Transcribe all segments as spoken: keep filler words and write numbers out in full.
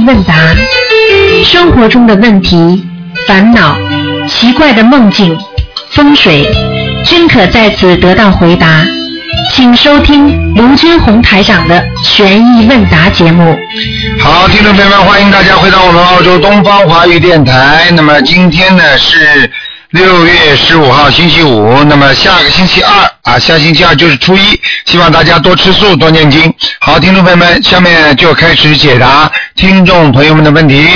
疑问答，生活中的问题、烦恼、奇怪的梦境、风水，均可在此得到回答。请收听卢军红台长的悬疑问答节目。 好，听众朋友们，欢迎大家回到我们澳洲东方华语电台。那么今天呢是六月十五号星期五，那么下个星期二啊，下星期二就是初一，希望大家多吃素，多念经。好，听众朋友们，下面就开始解答听众朋友们的问题。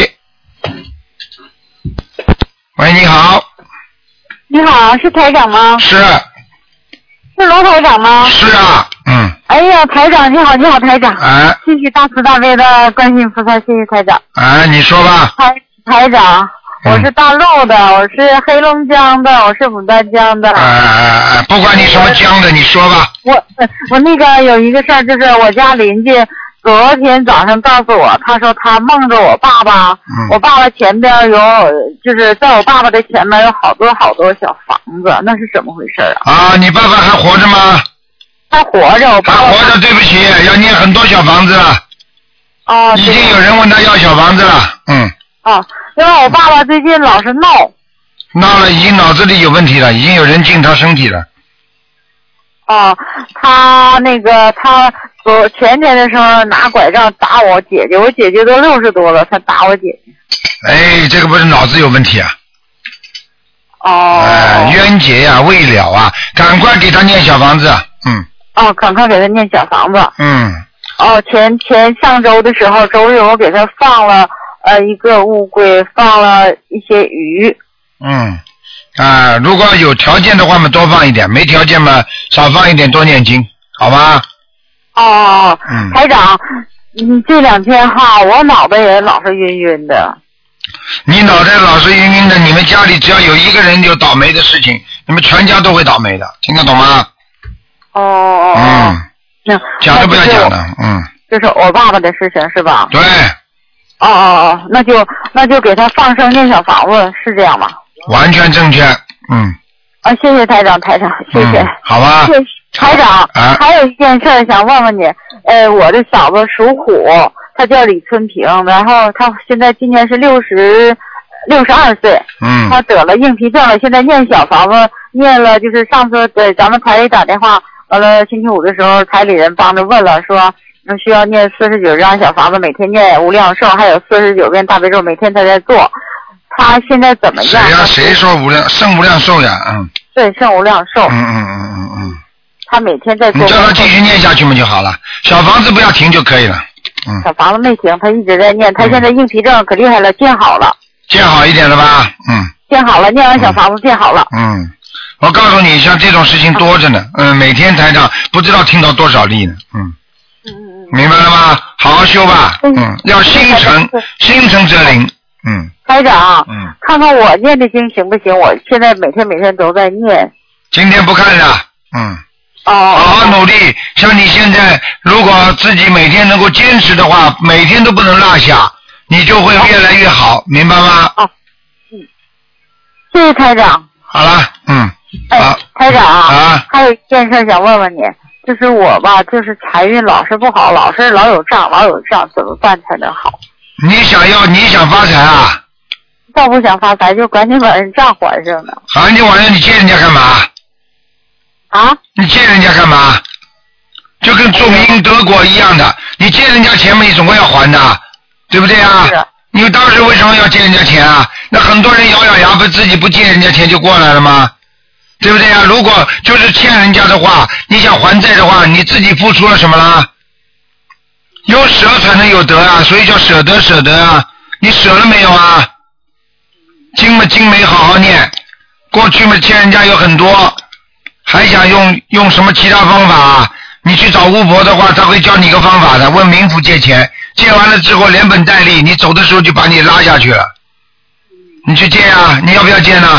喂，你好。 你好，是台长吗？ 是。 是罗台长吗？ 是啊，嗯。 哎呀，台长你好，你好台长。 哎。 谢谢大慈大悲的观世音菩萨，谢谢台长。 哎，你说吧。 台台长，我是大陆的，我是黑龙江的，我是牡丹江的。 哎哎哎，不管你什么江的，你说吧。 我我那个有一个事儿，就是我家邻居昨天早上告诉我，他说他梦着我爸爸，嗯、我爸爸前边有，就是在我爸爸的前面有好多好多小房子，那是怎么回事啊？ 啊，你爸爸还活着吗？ 他活着，我爸爸还活着，对不起，要念很多小房子了。 哦。 已经有人问他要小房子了，嗯。 哦，因为我爸爸最近老是闹。 闹了，已经脑子里有问题了，已经有人进他身体了。 哦，他那个他昨前天的时候拿拐杖打我姐姐，我姐姐都六十多了，他打我姐姐。 哎，这个不是脑子有问题啊？ 哦。 哎，冤结呀、啊，未了啊，赶快给他念小房子，嗯。 哦，赶快给他念小房子。 嗯。 哦，前前上周的时候，周日我给他放了呃一个乌龟，放了一些鱼。 嗯。啊，如果有条件的话嘛，多放一点；没条件嘛，少放一点，多念经，好吧？ 哦， 嗯， 台长，你这两天哈，我脑袋也老是晕晕的。 你脑袋老是晕晕的，你们家里只要有一个人有倒霉的事情，你们全家都会倒霉的，听得懂吗？ 哦哦。 嗯。 那讲都不要讲了，嗯。 就是我爸爸的事情是吧？ 对。 哦哦哦，那就那就给他放生念小房子，是这样吗？ 完全正确，嗯。 啊，谢谢台长，台长，谢谢。 嗯、好吧。 谢谢台长、啊，还有一件事想问问你，呃，我的嫂子属虎，她叫李春平，然后她现在今年是六十六十二岁， 嗯， 她得了硬皮症了，现在念小房子念了，就是上次给咱们台里打电话，完了星期五的时候，台里人帮着问了，说需要念四十九张小房子，每天念无量寿，还有四十九遍大悲咒，每天她在做。他现在怎么样？ 谁呀、啊？谁说无量圣无量寿呀？嗯。 对，圣无量寿。 嗯嗯嗯嗯嗯。 他每天在做。 你叫他继续念下去嘛就好了，小房子不要停就可以了。嗯。 小房子没停，他一直在念。他现在硬皮症可厉害了，见好了。 见好一点了吧？嗯。 见好了，念完小房子见好了。 嗯。我告诉你，像这种事情多着呢。嗯，每天台上不知道听到多少例呢。嗯。 嗯嗯嗯。 明白了吗？好好修吧。嗯。要心诚，心诚则灵。嗯， 台长， 嗯， 看看我念的经行不行？我现在每天每天都在念。 今天不看了，嗯。 哦。 好好努力，像你现在，如果自己每天能够坚持的话，每天都不能落下，你就会越来越好，哦、明白吗？ 哦。嗯。谢谢台长。 好了，嗯。 哎， 好台长啊， 还有一件事想问问你，就是我吧，就是财运老是不好，老是老有账，老有账，怎么办才能好？ 你想要你想发财啊？ 倒不想发财，就赶紧把人账还上呢。 还你晚上你借人家干嘛？ 啊？ 你借人家干嘛？就跟种因得果一样的，你借人家钱嘛，你总归要还的，对不对啊？ 是。 你当时为什么要借人家钱啊？那很多人咬咬牙不自己不借人家钱就过来了吗？对不对啊？如果就是欠人家的话，你想还债的话，你自己付出了什么啦？有舍才能有得啊，所以叫舍得舍得啊。你舍了没有啊？经嘛经没好好念，过去嘛欠人家有很多，还想用用什么其他方法？你去找巫婆的话，他会教你一个方法的，问冥府借钱，借完了之后连本带利，你走的时候就把你拉下去了。你去借啊，你要不要借呢？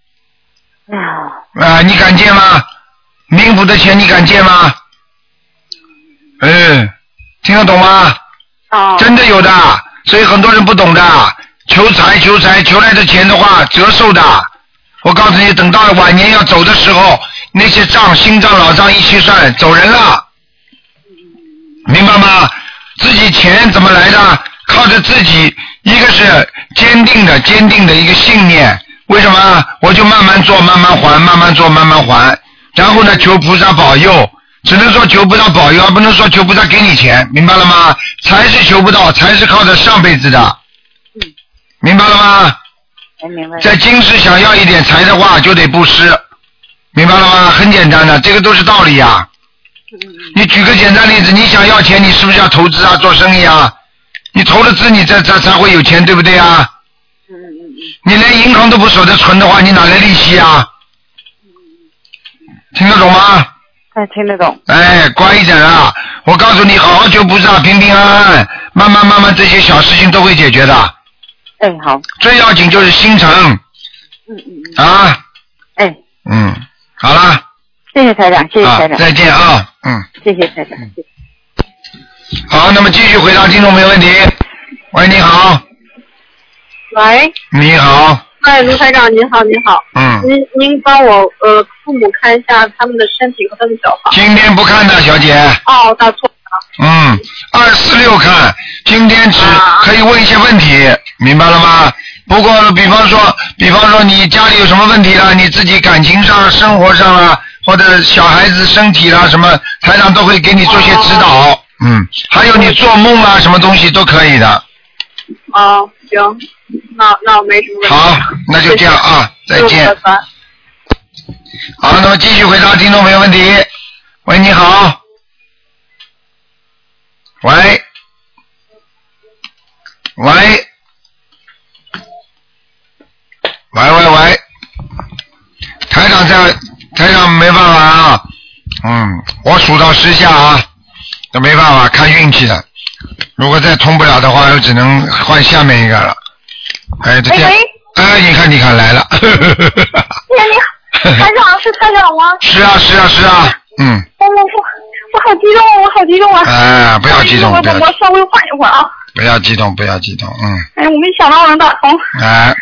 啊、呃，你敢借吗？冥府的钱你敢借吗？嗯。听得懂吗？ 哦。 真的有的，所以很多人不懂的。求财求财，求来的钱的话折寿的。我告诉你，等到晚年要走的时候，那些账新账老账一起算，走人了。明白吗？自己钱怎么来的？ 靠着自己，一个是坚定的坚定的一个信念。为什么？我就慢慢做，慢慢还，慢慢做，慢慢还。然后呢，求菩萨保佑，只能说求菩萨保佑，而不能说求菩萨给你钱，明白了吗？财是求不到，财是靠着上辈子的。 嗯。 明白了吗？ 明白。 在今世想要一点财的话，就得布施，明白了吗？很简单的，这个都是道理呀。你举个简单例子，你想要钱，你是不是要投资啊，做生意啊？你投了资，你才才才会有钱，对不对啊？ 嗯嗯嗯。 你连银行都不舍得存的话，你哪来利息啊？听得懂吗？ 哎，听得懂。 哎，乖一点啊！我告诉你，好好求菩萨，平平安安，慢慢慢慢，这些小事情都会解决的。 哎，好。 最要紧就是心诚。 嗯嗯嗯。 啊。 哎。 嗯，好了。 谢谢台长，谢谢台长。 啊、再见啊，嗯。 谢谢台长。嗯、谢谢好，那么继续回答听众没问题。喂，你好。 喂。 你好。 哎，卢台长，您好，您好。 嗯。 您您帮我呃父母看一下他们的身体和他们小房。 今天不看的，小姐。 哦，打错了。 嗯，二四六看，今天只可以问一些问题，啊、明白了吗？不过，比方说，比方说你家里有什么问题了，你自己感情上、生活上啊，或者小孩子身体啦什么，台长都会给你做些指导。哦、嗯，还有你做梦啊，什么东西都可以的。 哦，行，那那我没什么问题。 好，那就这样啊， 谢谢再见。 拜拜。 好，那么继续回答听众没问题。喂，你好。喂。喂。喂喂喂，台长在，台长没办法啊，嗯，我数到十下啊，这没办法，看运气的。如果再通不了的话，就只能换下面一个了。哎，这天，哎，你看，你看来了。 哎呀，你台长是台长吗？ 是啊，是啊，是啊，嗯。 我我我我好激动，我好激动啊！ 哎，不要激动，不要。 我稍微缓一会儿啊。 不要激动，不要激动，嗯。 哎，我没想到我能打通。 哎。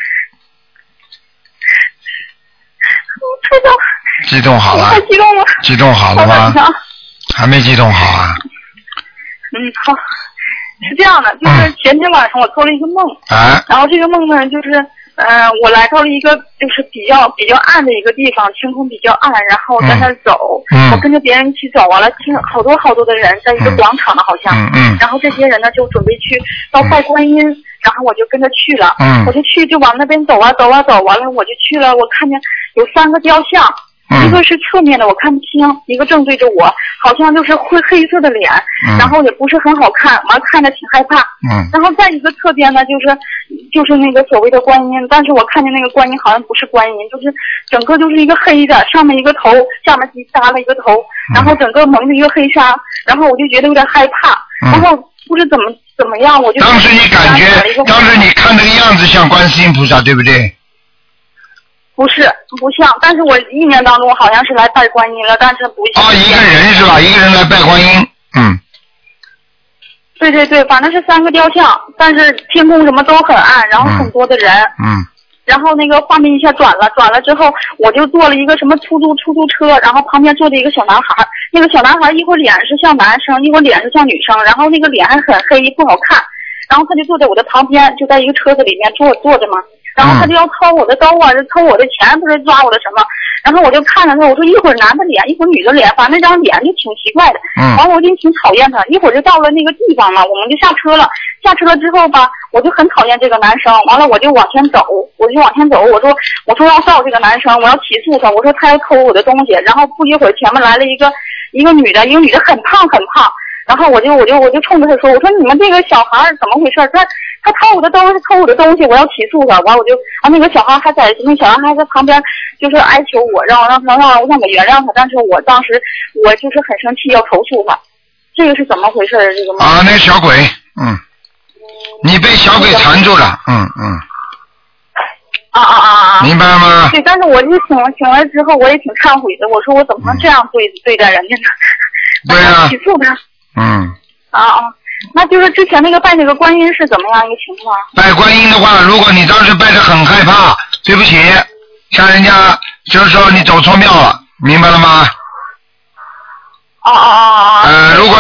台长。 激动好了。 太激动了。 激动好了吗？还没激动好啊。 嗯，好。是这样的，就是前天晚上我做了一个梦， 啊、 然后这个梦呢，就是呃，我来到了一个就是比较比较暗的一个地方，天空比较暗，然后我在那儿走， 嗯、 我跟着别人一起走，完了听好多好多的人在一个广场呢，好像， 嗯嗯、 然后这些人呢就准备去到拜观音，嗯、然后我就跟着去了， 嗯、 我就去就往那边走啊走啊走，完了我就去了，我看见有三个雕像。 嗯、 一个是侧面的我看不清，一个正对着我，好像就是灰黑色的脸， 嗯、 然后也不是很好看，完看着挺害怕。 嗯。 然后再一个侧边呢，就是就是那个所谓的观音，但是我看见那个观音好像不是观音，就是整个就是一个黑的，上面一个头，下面扎了一个头，然后整个蒙着一个黑纱，然后我就觉得有点害怕， 嗯、 然后不知怎么怎么样，我就当时你感觉，当时你看那个样子像观世音菩萨，对不对？ 不是，不像，但是我一年当中好像是来拜观音了，但是不像。 哦，一个人是吧？一个人来拜观音，嗯。 对对对，反正是三个雕像，但是天空什么都很暗，然后很多的人。 嗯。嗯然后那个画面一下转了，转了之后，我就坐了一个什么出租出租车，然后旁边坐着一个小男孩，那个小男孩一会儿脸是像男生，一会儿脸是像女生，然后那个脸还很黑，不好看。然后他就坐在我的旁边，就在一个车子里面坐坐着嘛。然后他就要掏我的兜啊，就偷我的钱，不是抓我的什么。然后我就看着他，我说一会儿男的脸，一会儿女的脸，反正那张脸就挺奇怪的。 嗯。 完了我就挺讨厌他，一会儿就到了那个地方了，我们就下车了。下车了之后吧，我就很讨厌这个男生。完了我就往前走，我就往前走，我说我说要告这个男生，我要起诉他，我说他要偷我的东西。然后不一会儿前面来了一个一个女的，一个女的很胖很胖。然后我就我就我就冲着他说，我说你们这个小孩怎么回事？他他偷我的东西，偷我的东西，我要起诉他。完我就啊那个小孩还在，那小孩还在旁边，就是哀求我，让让让让我想给原谅他。但是我当时我就是很生气，要投诉他。这个是怎么回事？这个吗？ 啊，那小鬼，嗯，你被小鬼缠住了，嗯嗯。 啊啊啊啊！ 明白吗？ 对，但是我就醒了醒来之后，我也挺忏悔的。我说我怎么能这样对、嗯、对待人家呢？ 对啊。 起诉他。 嗯。 啊啊，那就是之前那个拜那个观音是怎么样一个情况？ 拜观音的话，如果你当时拜得很害怕，对不起，像人家就是说你走错庙了，明白了吗？ 啊啊啊啊！ 呃，如果这庙里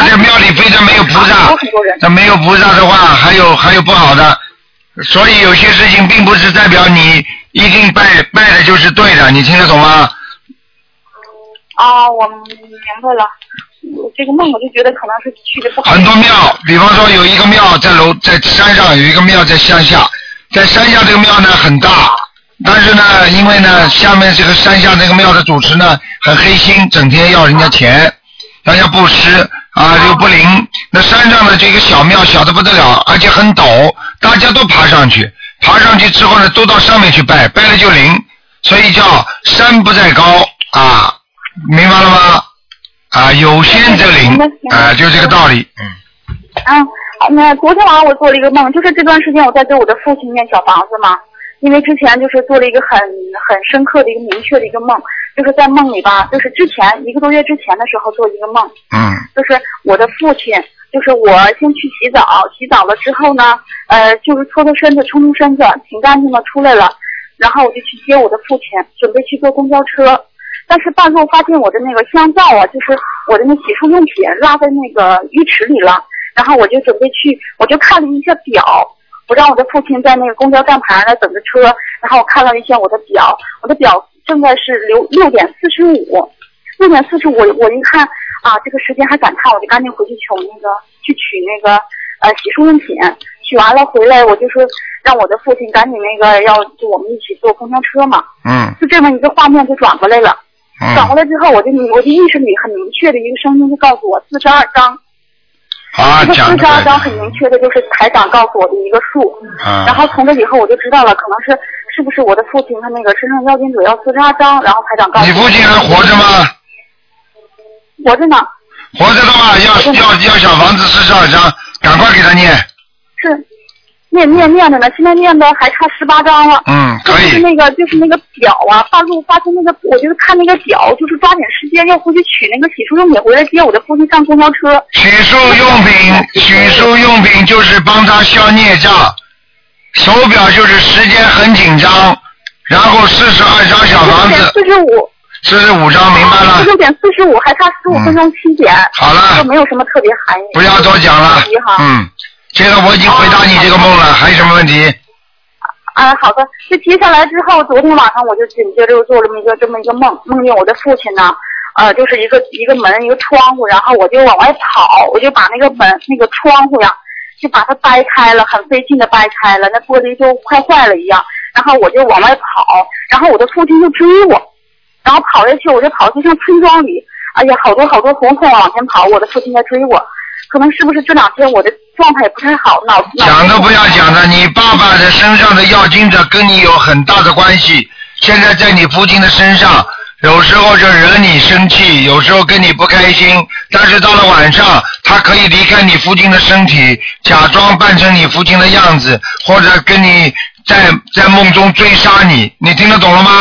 以非常没有菩萨有很多人， 那没有菩萨的话，还有还有不好的。所以有些事情并不是代表你一定拜拜的就是对的，你听得懂吗？ 啊，我明白了。我这个梦我就觉得可能是去的不好。 很多庙，比方说有一个庙在楼在山上，有一个庙在乡下，在山下这个庙呢很大，但是呢，因为呢下面这个山下那个庙的主持呢很黑心，整天要人家钱，让人家布施啊又不灵。那山上的这个小庙小的不得了，而且很陡，大家都爬上去，爬上去之后呢都到上面去拜，拜了就灵，所以叫山不在高啊，明白了吗？啊，有仙则灵啊，就这个道理。嗯。 嗯，那昨天晚上我做了一个梦，就是这段时间我在给我的父亲念小房子嘛，因为之前就是做了一个很很深刻的一个明确的一个梦，就是在梦里吧，就是之前一个多月之前的时候做一个梦， 嗯， 就是我的父亲，就是我先去洗澡，洗澡了之后呢，呃，就是搓搓身子，冲冲身子，挺干净的出来了，然后我就去接我的父亲，准备去坐公交车。但是半路发现我的那个香皂啊，就是我的那洗漱用品落在那个浴池里了，然后我就准备去，我就看了一下表，我让我的父亲在那个公交站牌那等着车，然后我看了一下我的表，我的表正在是六六点四十五，六点四十五，我一看啊，这个时间还赶趟，我就赶紧回去取那个去取那个呃洗漱用品，取完了回来我就说让我的父亲赶紧那个要就我们一起坐公交车嘛， 嗯， 就这么一个画面就转过来了。 嗯、 转过来之后，我就我就意识里很明确的一个声音就告诉我四十二章。 啊， 这个四十二章很明确的就是台长告诉我的一个数。 啊。 然后从这以后我就知道了，可能是是不是我的父亲他那个身上妖精者要四十二章，然后台长告诉我。 你父亲还活着吗？ 活着呢。 活着的话，要要要小房子四十二章，赶快给他念。 是。念念念的呢，现在念的还差十八章了。 嗯，可以。 就是那个就是那个表啊，半路发现那个，我就是看那个表，就是抓紧时间要回去取那个洗漱用品回来接我的父亲上公交车。 洗漱用品，洗漱用品就是帮他消孽障。手表就是时间很紧张，然后四十二张小房子。 四十五。 四十五张，明白了。 六点四十五，还差十五分钟七点。 嗯、好了。 就没有什么特别含义。 不要多讲了。嗯。这个我已经回答你这个梦了，啊、还有什么问题？ 啊，好的。就接下来之后，昨天晚上我就紧接着又做了这么一个这么一个梦，梦见我的父亲呢，呃，就是一个一个门一个窗户，然后我就往外跑，我就把那个门那个窗户呀，就把它掰开了，很费劲的掰开了，那玻璃就快坏了一样，然后我就往外跑，然后我的父亲就追我，然后跑下去，我就跑去像村庄里，哎呀，好多好多胡同往前跑，我的父亲在追我，可能是不是这两天我的状态也不太好，脑讲都不要讲的，你爸爸的身上的要经者跟你有很大的关系，现在在你父亲的身上，有时候就惹你生气，有时候跟你不开心，但是到了晚上，他可以离开你父亲的身体，假装扮成你父亲的样子，或者跟你在在梦中追杀你，你听得懂了吗？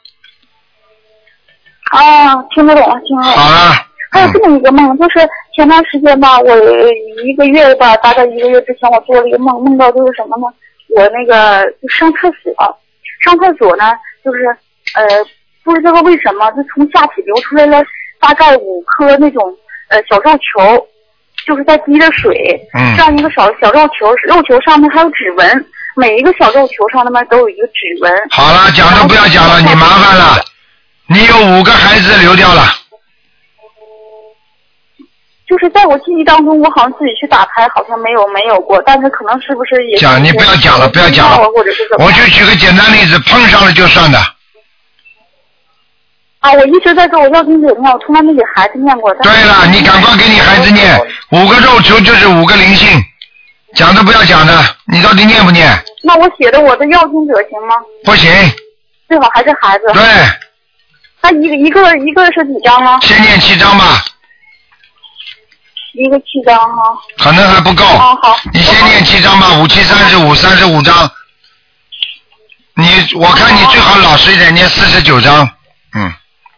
啊，听得懂，听得懂。 好了。 还有这么一个梦，就是前段时间吧，我一个月吧，大概一个月之前，我做了一个梦，梦到就是什么呢？我那个就上厕所，上厕所呢，就是呃，不知道为什么，就从下体流出来了大概五颗那种呃小肉球，就是在滴着水， 嗯， 这样一个小小肉球，肉球上面还有指纹，每一个小肉球上面都有一个指纹。 好了，讲都不要讲了，你麻烦了，你有五个孩子流掉了。 就是在我记忆当中，我好像自己去打胎，好像没有没有过，但是可能是不是也讲你不要讲了，不要讲了， 或者是怎么？ 我就举个简单例子，碰上了就算的。 啊，我一直在给我要经者念，我从来没给孩子念过。 对了，你赶快给你孩子念，五个肉球就是五个灵性，讲都不要讲的，你到底念不念？ 那我写的我的要经者行吗？ 不行。 最好还是孩子。 对。 那一个一个一个是几张呢？ 先念七张吧。 一个七张哈， 可能还不够。 哦好， 你先念七张吧，五七三十五，三十五张。你我看你最好老实一点，念四十九张。嗯。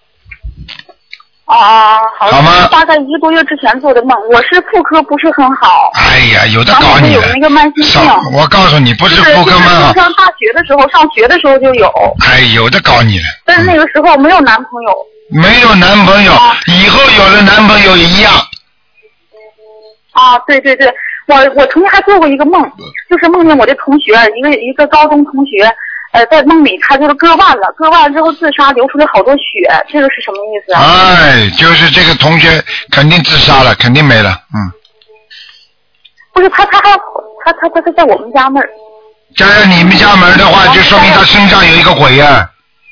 啊，好。 好吗？ 大概一个多月之前做的梦，我是妇科不是很好。 哎呀，有的搞你有那个慢性病。 我告诉你，不是妇科慢好。 上大学的时候，上学的时候就有。 哎，有的搞你了。 但是那个时候没有男朋友。 没有男朋友，以后有了男朋友一样。 啊，对对对，我我曾经还做过一个梦，就是梦见我的同学，一个一个高中同学，呃，在梦里他就是割腕了，割腕之后自杀，流出来好多血，这个是什么意思啊？ 哎，就是这个同学肯定自杀了，肯定没了，嗯。 不是他，他还他他他他在我们家那儿。 加上你们家门的话，就说明他身上有一个鬼呀。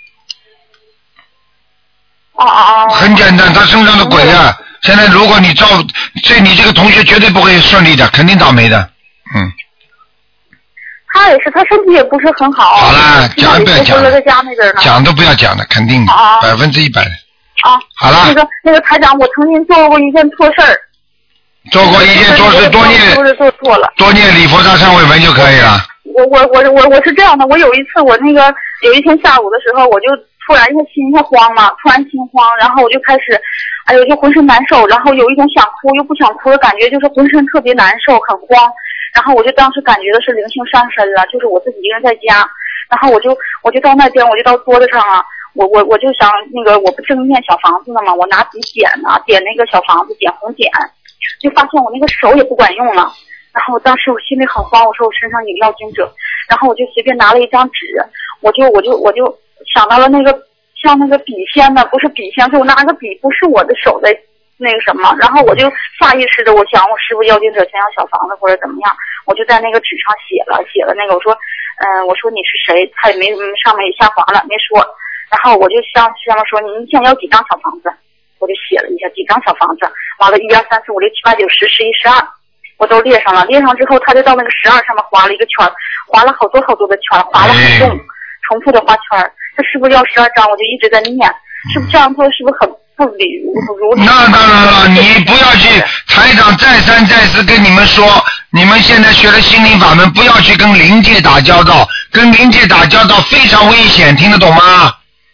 哦哦哦。 很简单，他身上的鬼呀。现在如果你照，这你这个同学绝对不会顺利的，肯定倒霉的，嗯。 他也是，他身体也不是很好。 好了，讲不要讲了， 在家那边呢。 讲都不要讲了，肯定的，百分之一百的。 啊。 好了。 那个那个台长，我曾经做过一件错事儿。 做过一件错事，多念做错了， 多念礼佛大忏悔文就可以了。 我我我我我是这样的，我有一次我那个有一天下午的时候，我就突然一下心一下慌嘛，突然心慌，然后我就开始，哎呦就浑身难受，然后有一种想哭又不想哭的感觉，就是浑身特别难受，很慌。然后我就当时感觉的是灵性上身了，就是我自己一个人在家，然后我就我就到那边，我就到桌子上啊，我我我就想那个我不正念小房子呢嘛，我拿笔点啊，点那个小房子，点红点。就发现我那个手也不管用了，然后当时我心里很慌，我说我身上有要经者，然后我就随便拿了一张纸，我就我就我就想到了那个像那个笔仙呢，不是笔仙，是我拿个笔，不是我的手的那个什么，然后我就下意识的我想我师父要经者想要小房子或者怎么样，我就在那个纸上写了写了那个我说嗯、呃、我说你是谁，他也没上面也下滑了没说，然后我就向上面说您想要几张小房子。我就写了一下几张小房子，完了，一二三四五六七八九十十一十二，我都列上了。列上之后，他就到那个十二上面划了一个圈，划了好多好多的圈，划了很重，重复的画圈。他是不是要十二张？我就一直在念，是不是这样做？是不是很不理如？ 那当然了，你不要去。台长再三再四跟你们说，你们现在学了心灵法门，不要去跟灵界打交道，跟灵界打交道非常危险，听得懂吗？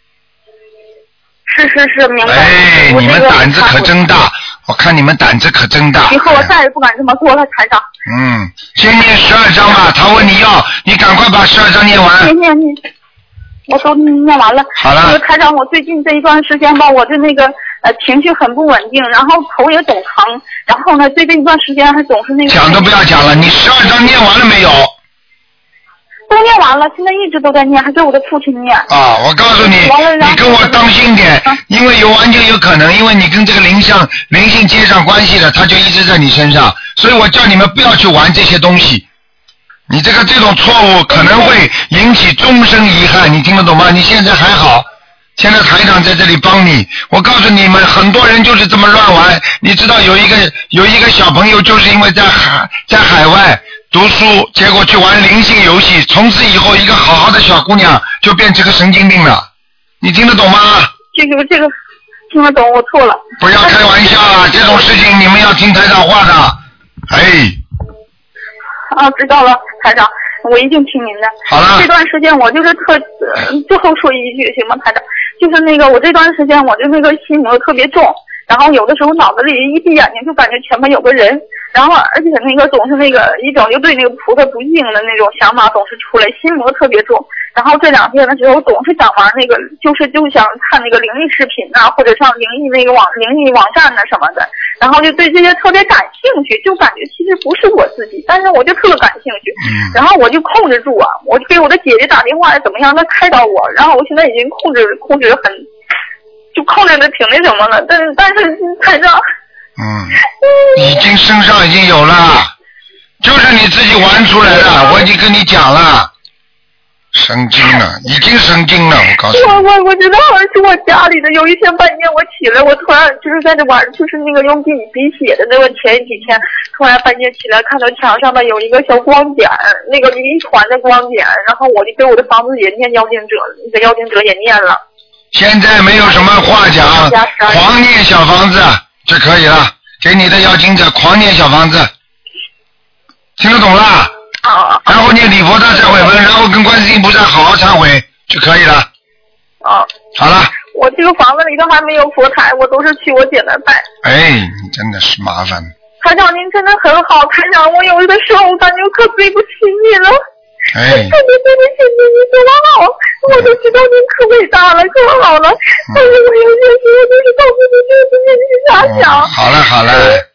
是是是，明白。 哎，你们胆子可真大，我看你们胆子可真大。 以后我再也不敢这么做了，台长。 嗯，先念十二章吧，他问你要，你赶快把十二章念完。 念念念，我都念完了。 好了。 那个台长，我最近这一段时间吧，我的那个呃情绪很不稳定，然后头也总疼，然后呢，最近一段时间还总是那个。 讲都不要讲了，你十二章念完了没有？ 都念完了，现在一直都在念，还给我的父亲念。 啊，我告诉你，你跟我当心点，因为有完全有可能，因为你跟这个灵上灵性接上关系了，他就一直在你身上，所以我叫你们不要去玩这些东西。你这个这种错误可能会引起终身遗憾，你听得懂吗？你现在还好，现在台长在这里帮你。我告诉你们，很多人就是这么乱玩。你知道有一个有一个小朋友就是因为在海在海外读书，结果去玩灵性游戏，从此以后一个好好的小姑娘就变成个神经病了。你听得懂吗？ 这个这个听得懂，我错了。 不要开玩笑啊！这种事情你们要听台长话的。哎。 啊，知道了，台长，我一定听您的。 好了。 这段时间我就是特，呃、最后说一句行吗，台长？就是那个我这段时间我就那个心魔特别重，然后有的时候脑子里一闭眼睛就感觉前面有个人，然后而且那个总是那个一整就对那个菩萨不敬的那种想法总是出来，心魔特别重。然后这两天的时候总是想玩那个，就是就想看那个灵异视频啊，或者上灵异那个网灵异网站呐什么的，然后就对这些特别感兴趣，就感觉其实不是我自己，但是我就特感兴趣，然后我就控制住啊，我就给我的姐姐打电话怎么样，她开导我，然后我现在已经控制控制很，就控制的挺那什么了，但但是台长， 嗯，已经身上已经有了，就是你自己玩出来的，我已经跟你讲了。神经了，已经神经了，我告诉你。 我我我知道是我家里的，有一天半夜我起来，我突然就是在这玩，就是那个用笔笔写的那个前几天，突然半夜起来看到墙上面有一个小光点，那个一团的光点，然后我就给我的房子也念妖精者，那个妖精者也念了。 现在没有什么话讲，狂念小房子就可以了，给你的妖精者狂念小房子，听得懂啦？ 啊， 然后念礼佛大忏悔文，然后跟观世音菩萨好好忏悔就可以了。 啊， 好了。 我这个房子里头还没有佛台，我都是去我姐那拜。 哎，你真的是麻烦。 台长，您真的很好，台长，我有的时候我感觉可对不起你了。 哎。 特别对不起你，你做得好，我都知道您可伟大了，可好了。但是我有些时候就是告诉你，就是你瞎想。 好了好了。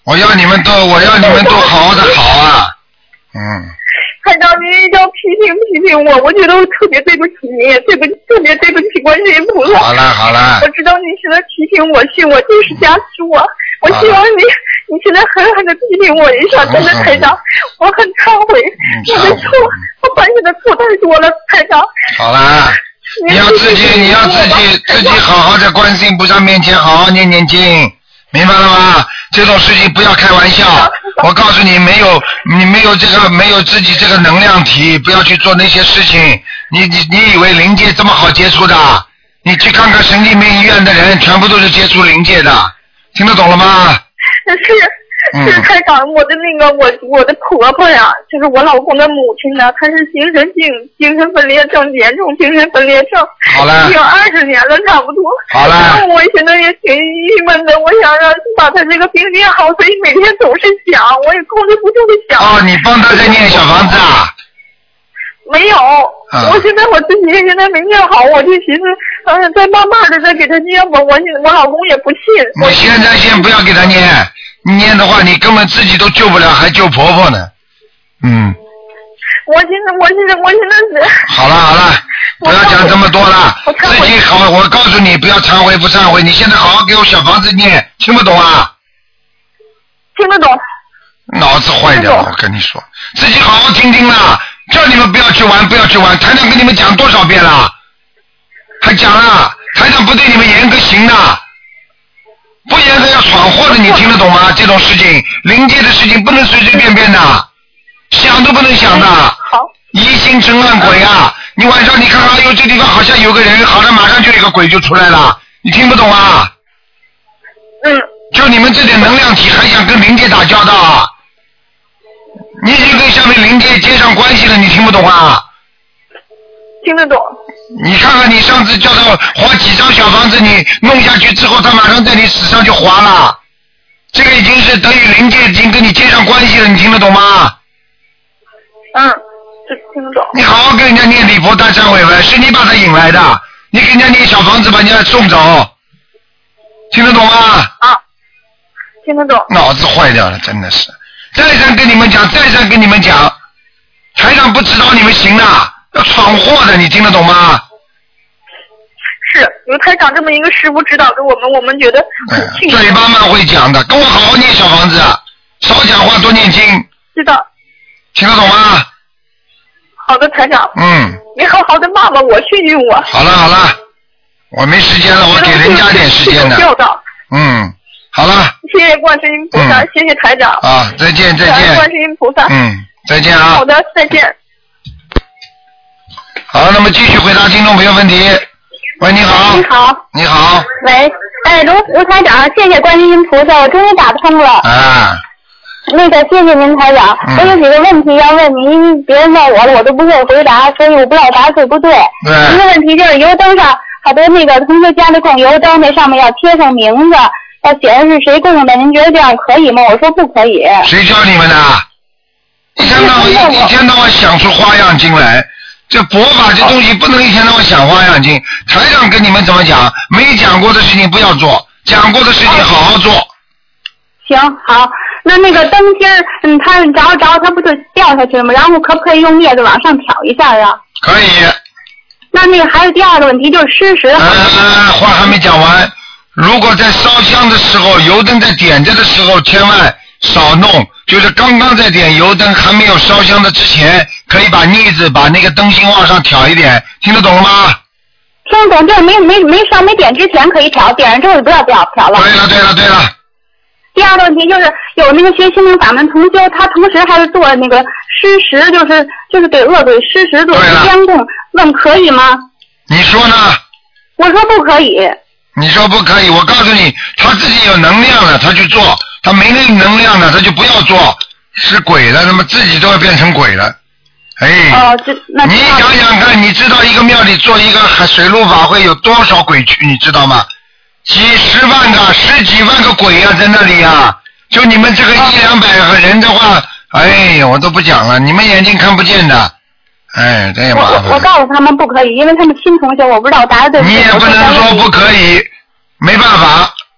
我要你们都，我要你们都好好的好啊，嗯。 台长，您一定要批评批评我，我觉得我特别对不起你，也对不起，特别对不起观世音菩萨。 好了好了。 我知道你现在批评我，信我就是加持我，我希望你，你现在狠狠的批评我一下，真的台长，我很忏悔，我的错，我犯下的错太多了，台长。 好了，你要自己，你要自己自己好好在观世音菩萨面前好好念念经，明白了吗？这种事情不要开玩笑。我告诉你，没有你没有这个没有自己这个能量体，不要去做那些事情。你你你以为灵界这么好接触的？你去看看神经病医院的人，全部都是接触灵界的，听得懂了吗？ 是是台长，我的那个我我的婆婆呀，就是我老公的母亲呢，她是精神病精神分裂症严重精神分裂症， 好了， 已经二十年了差不多。 好了， 然后我现在也挺郁闷的，我想让把她这个病治好，所以每天总是想，我也控制不住的想。 哦，你帮她在念小房子啊？ 没有，啊、我现在我自己现在没念好，我就寻思，嗯、呃，再慢慢的再给他念吧。我我老公也不信。 你现在先不要给他念，你念的话，你根本自己都救不了，还救婆婆呢。嗯。 我现在，我现在，我现在是。 好了好了，不要讲这么多了，自己好。我告诉你，不要忏悔不忏悔，你现在好好给我小房子念，听不懂啊？ 听得懂。 脑子坏掉了，我跟你说，自己好好听听啦。叫你们不要去玩，不要去玩。台长跟你们讲多少遍了，还讲了，台长不对你们严格行的，不严格要闯祸的，你听得懂吗？这种事情，灵界的事情不能随随便便的，想都不能想的。 好， 疑心生暗鬼啊！你晚上你看看，哎呦，这地方好像有个人，好像马上就有个鬼就出来了，你听不懂啊？ 嗯。 就你们这点能量体，还想跟灵界打交道啊？你已经跟下面灵界接上关系了，你听不懂啊？ 听得懂。 你看看你上次叫他划几张小房子，你弄下去之后，他马上在你死上就划了。这个已经是等于灵界已经跟你接上关系了，你听得懂吗？ 嗯，这听得懂。 你好好跟人家念礼佛大忏悔文，是你把他引来的，你给人家念小房子把人家送走，听得懂吗？ 啊，听得懂。 脑子坏掉了，真的是。再三跟你们讲，再三跟你们讲，台长不指导你们行的，要闯祸的，你听得懂吗？ 是，有台长这么一个师傅指导着我们，我们觉得很庆幸。 嘴巴蛮会讲的，跟我好好念小房子，少讲话多念经。 知道。 听得懂吗？ 好的，台长。 嗯。 你好好的骂骂我，训训我。 好了好了，我没时间了，我给人家点时间的。 教导。 嗯。好了， 谢谢观世音菩萨，嗯、谢谢台长。 啊，再见再见。 观世音菩萨。 嗯，再见啊。 好的，再见。 好，那么继续回答听众朋友问题。喂，你好。 你好。 你好。 喂，哎，卢卢台长，谢谢观世音菩萨，我终于打通了。 啊。 那个，谢谢您台长，嗯、我有几个问题要问您，因为别人问我了，我都不会回答，所以我不知道答对不对。 对。 一个问题就是油灯上，好多那个同学家里供油灯，那上面要贴上名字。要显示是谁供的，您觉得这样可以吗？我说不可以。 谁教你们的？一天到晚一天到晚想出花样进来，这佛法这东西不能一天到晚想花样进。台长跟你们怎么讲？没讲过的事情不要做，讲过的事情好好做。 行好，那那个灯芯儿，嗯，它着着它不就掉下去了吗？然后可不可以用镊子往上挑一下啊？ 可以。 那那个还有第二个问题，就是湿时。 嗯嗯，话还没讲完。如果在烧香的时候，油灯在点着的时候，千万少弄。就是刚刚在点油灯还没有烧香的之前，可以把镊子把那个灯芯往上挑一点，听得懂了吗？ 听得懂，就是没没没烧没点之前可以挑，点上之后就不要挑挑了。 对了对了对了。 第二个问题就是有那个学心灵法门同修，他同时还是做那个施食，就是就是给恶鬼施食做监供，问可以吗？ 你说呢？ 我说不可以。 你说不可以，我告诉你，他自己有能量了，他去做；他没那能量了，他就不要做。是鬼了，那么自己都要变成鬼了。哎， 哦，这那你想想看，你知道一个庙里做一个水陆法会有多少鬼去，你知道吗？几十万个、十几万个鬼啊，在那里啊！就你们这个一两百个人的话，哎呀，我都不讲了，你们眼睛看不见的。哎，这也麻烦。 我我告诉他们不可以，因为他们亲同学，我不知道答的对不对。 你也不能说不可以，没办法，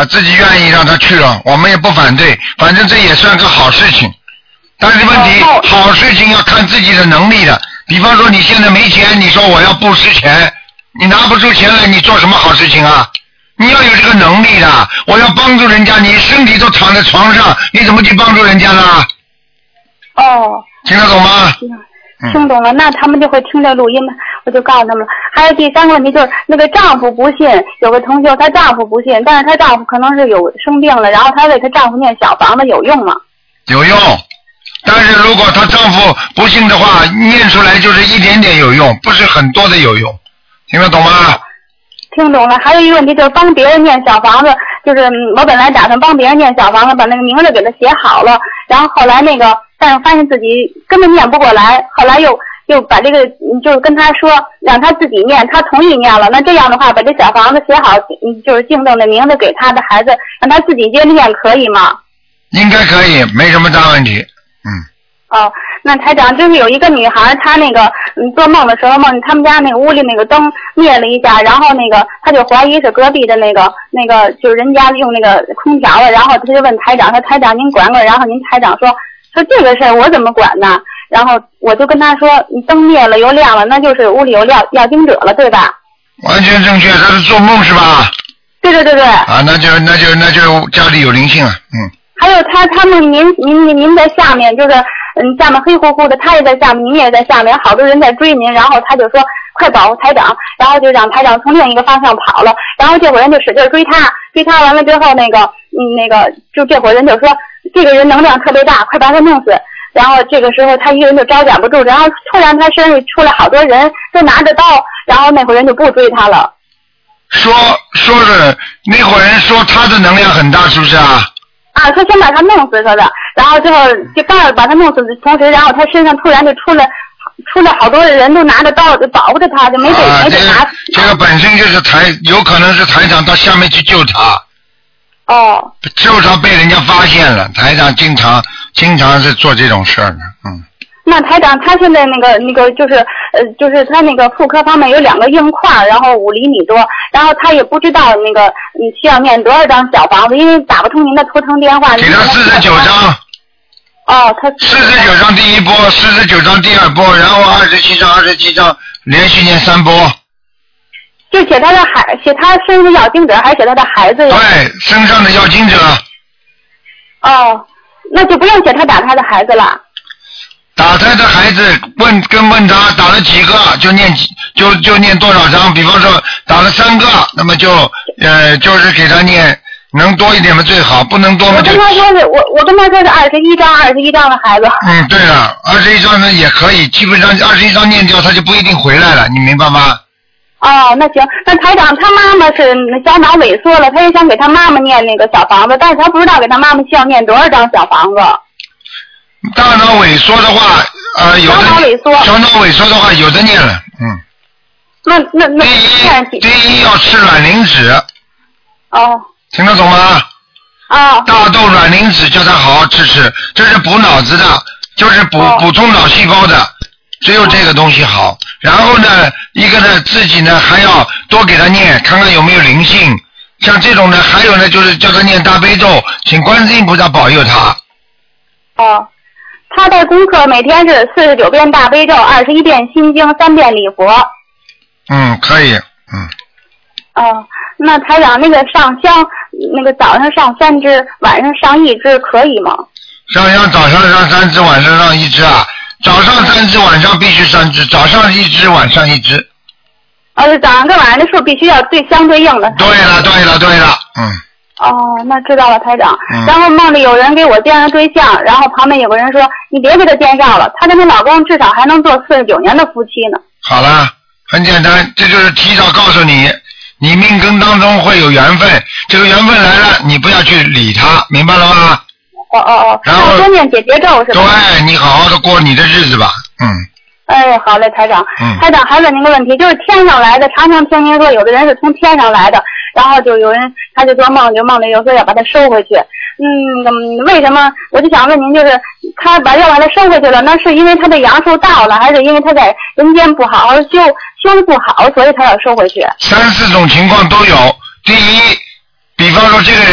他自己愿意让他去了，我们也不反对，反正这也算个好事情。但是问题， 哦、 好事情要看自己的能力的。比方说你现在没钱，你说我要布施钱，你拿不出钱来，你做什么好事情啊？你要有这个能力的。我要帮助人家，你身体都躺在床上，你怎么去帮助人家呢？ 哦。 听得懂吗？ 听懂了，那他们就会听这录音嘛，我就告诉他们了。还有第三个问题就是，那个丈夫不信，有个同学她丈夫不信，但是她丈夫可能是有生病了，然后她为她丈夫念小房子有用吗？ 有用。但是如果她丈夫不信的话，念出来就是一点点有用，不是很多的有用，听得懂吗？ 听懂了。还有一个问题就是帮别人念小房子，就是我本来打算帮别人念小房子，把那个名字给他写好了，然后后来那个，但是发现自己根本念不过来，后来又又把这个就是跟他说让他自己念，他同意念了。那这样的话，把这小房子写好，就是敬赠的名字给他的孩子，让他自己接着念，可以吗？ 应该可以，没什么大问题。嗯。 哦，那台长，就是有一个女孩，她那个嗯做梦的时候梦见他们家那个屋里那个灯灭了一下，然后那个她就怀疑是隔壁的那个那个就是人家用那个空调了，然后她就问台长，说台长您管管，然后您台长说说这个事儿我怎么管呢？然后我就跟他说，你灯灭了又亮了，那就是屋里有要要经者了，对吧？ 完全正确，他是做梦是吧？ 对对对对。 啊，那就那就那就家里有灵性了，嗯。 还有他他们您您您您在下面，就是嗯下面黑乎乎的，他也在下面，您也在下面，好多人在追您，然后他就说快保护台长，然后就让台长从另一个方向跑了，然后这伙人就使劲追他，追他完了之后那个嗯那个就这伙人就说这个人能量特别大，快把他弄死。然后这个时候他一个人就招架不住，然后突然他身上出来好多人都拿着刀，然后那伙人就不追他了。 说说是那伙人说他的能量很大，是不是啊？ 啊，他先把他弄死他的，然后最后就刚要把他弄死的同时，然后他身上突然就出来出来好多人都拿着刀就保护着他，就没被、啊、没被拿死。 这个本身就是台，有可能是台长到下面去救他。 哦。 救他被人家发现了，台长经常经常是做这种事儿的，嗯。 那台长他现在那个那个就是呃就是他那个妇科方面有两个硬块，然后五厘米多，然后他也不知道那个嗯需要念多少张小房子，因为打不通您的图腾电话。 给他四十九张。 哦，他四十九张第一波，四十九张第二波，然后二十七张二十七张连续念三波。 就写他的孩，写他身上要经者，还是写他的孩子呀？ 对，身上的要经者。 哦，那就不用写他打他的孩子了。 打胎的孩子问跟问他打了几个就念就就念多少章，比方说打了三个，那么就呃就是给他念，能多一点嘛最好，不能多嘛就。我跟他说是我我跟他说是二十一章二十一章的孩子。 嗯，对了，二十一章呢也可以，基本上二十一章念掉他就不一定回来了，你明白吗？ 哦，那行，那台长他妈妈是小脑萎缩了，他也想给他妈妈念那个小房子，但是他不知道给他妈妈需要念多少张小房子。 大脑萎缩的话，呃，有的小脑萎缩，小脑萎缩的话，有的念了，嗯。 那那那第一，第一要吃卵磷脂。 哦。 听得懂吗？ 啊。 大豆卵磷脂叫他好好吃吃，这是补脑子的，就是补、哦、补充脑细胞的，只有这个东西好。然后呢，一个呢自己呢还要多给他念，看看有没有灵性。像这种呢，还有呢就是叫他念大悲咒，请观世音菩萨保佑他。 哦。他的功课每天是四十九遍大悲咒，二十一遍心经，三遍礼佛。 嗯，可以，嗯。 哦，那台长那个上香，那个早上上三支，晚上上一支，可以吗？ 上香早上上三支，晚上上一支啊？早上三支，晚上必须三支，早上一支，晚上一支。 哦，早上跟晚上的数必须要对相对应的。 对了，对了，对了，嗯。 哦，那知道了，台长。嗯、然后梦里有人给我介绍对象，然后旁边有个人说：“你别给他介绍了，她跟她老公至少还能做四十九年的夫妻呢。” 好了，很简单，这就是提早告诉你，你命根当中会有缘分，这个缘分来了，你不要去理他，明白了吗？ 哦哦哦。然后多念解结咒是吧？ 对，你好好的过你的日子吧，嗯。 哎，好嘞，台长。嗯。台长还问您个问题，就是天上来的，常常听您说有的人是从天上来的。然后就有人，他就说梦就梦里有说要把他收回去，嗯，为什么？我就想问您，就是他把要把他收回去了，那是因为他的阳寿到了，还是因为他在人间不好好修修的不好，所以他要收回去？ 三四种情况都有。第一，比方说这个人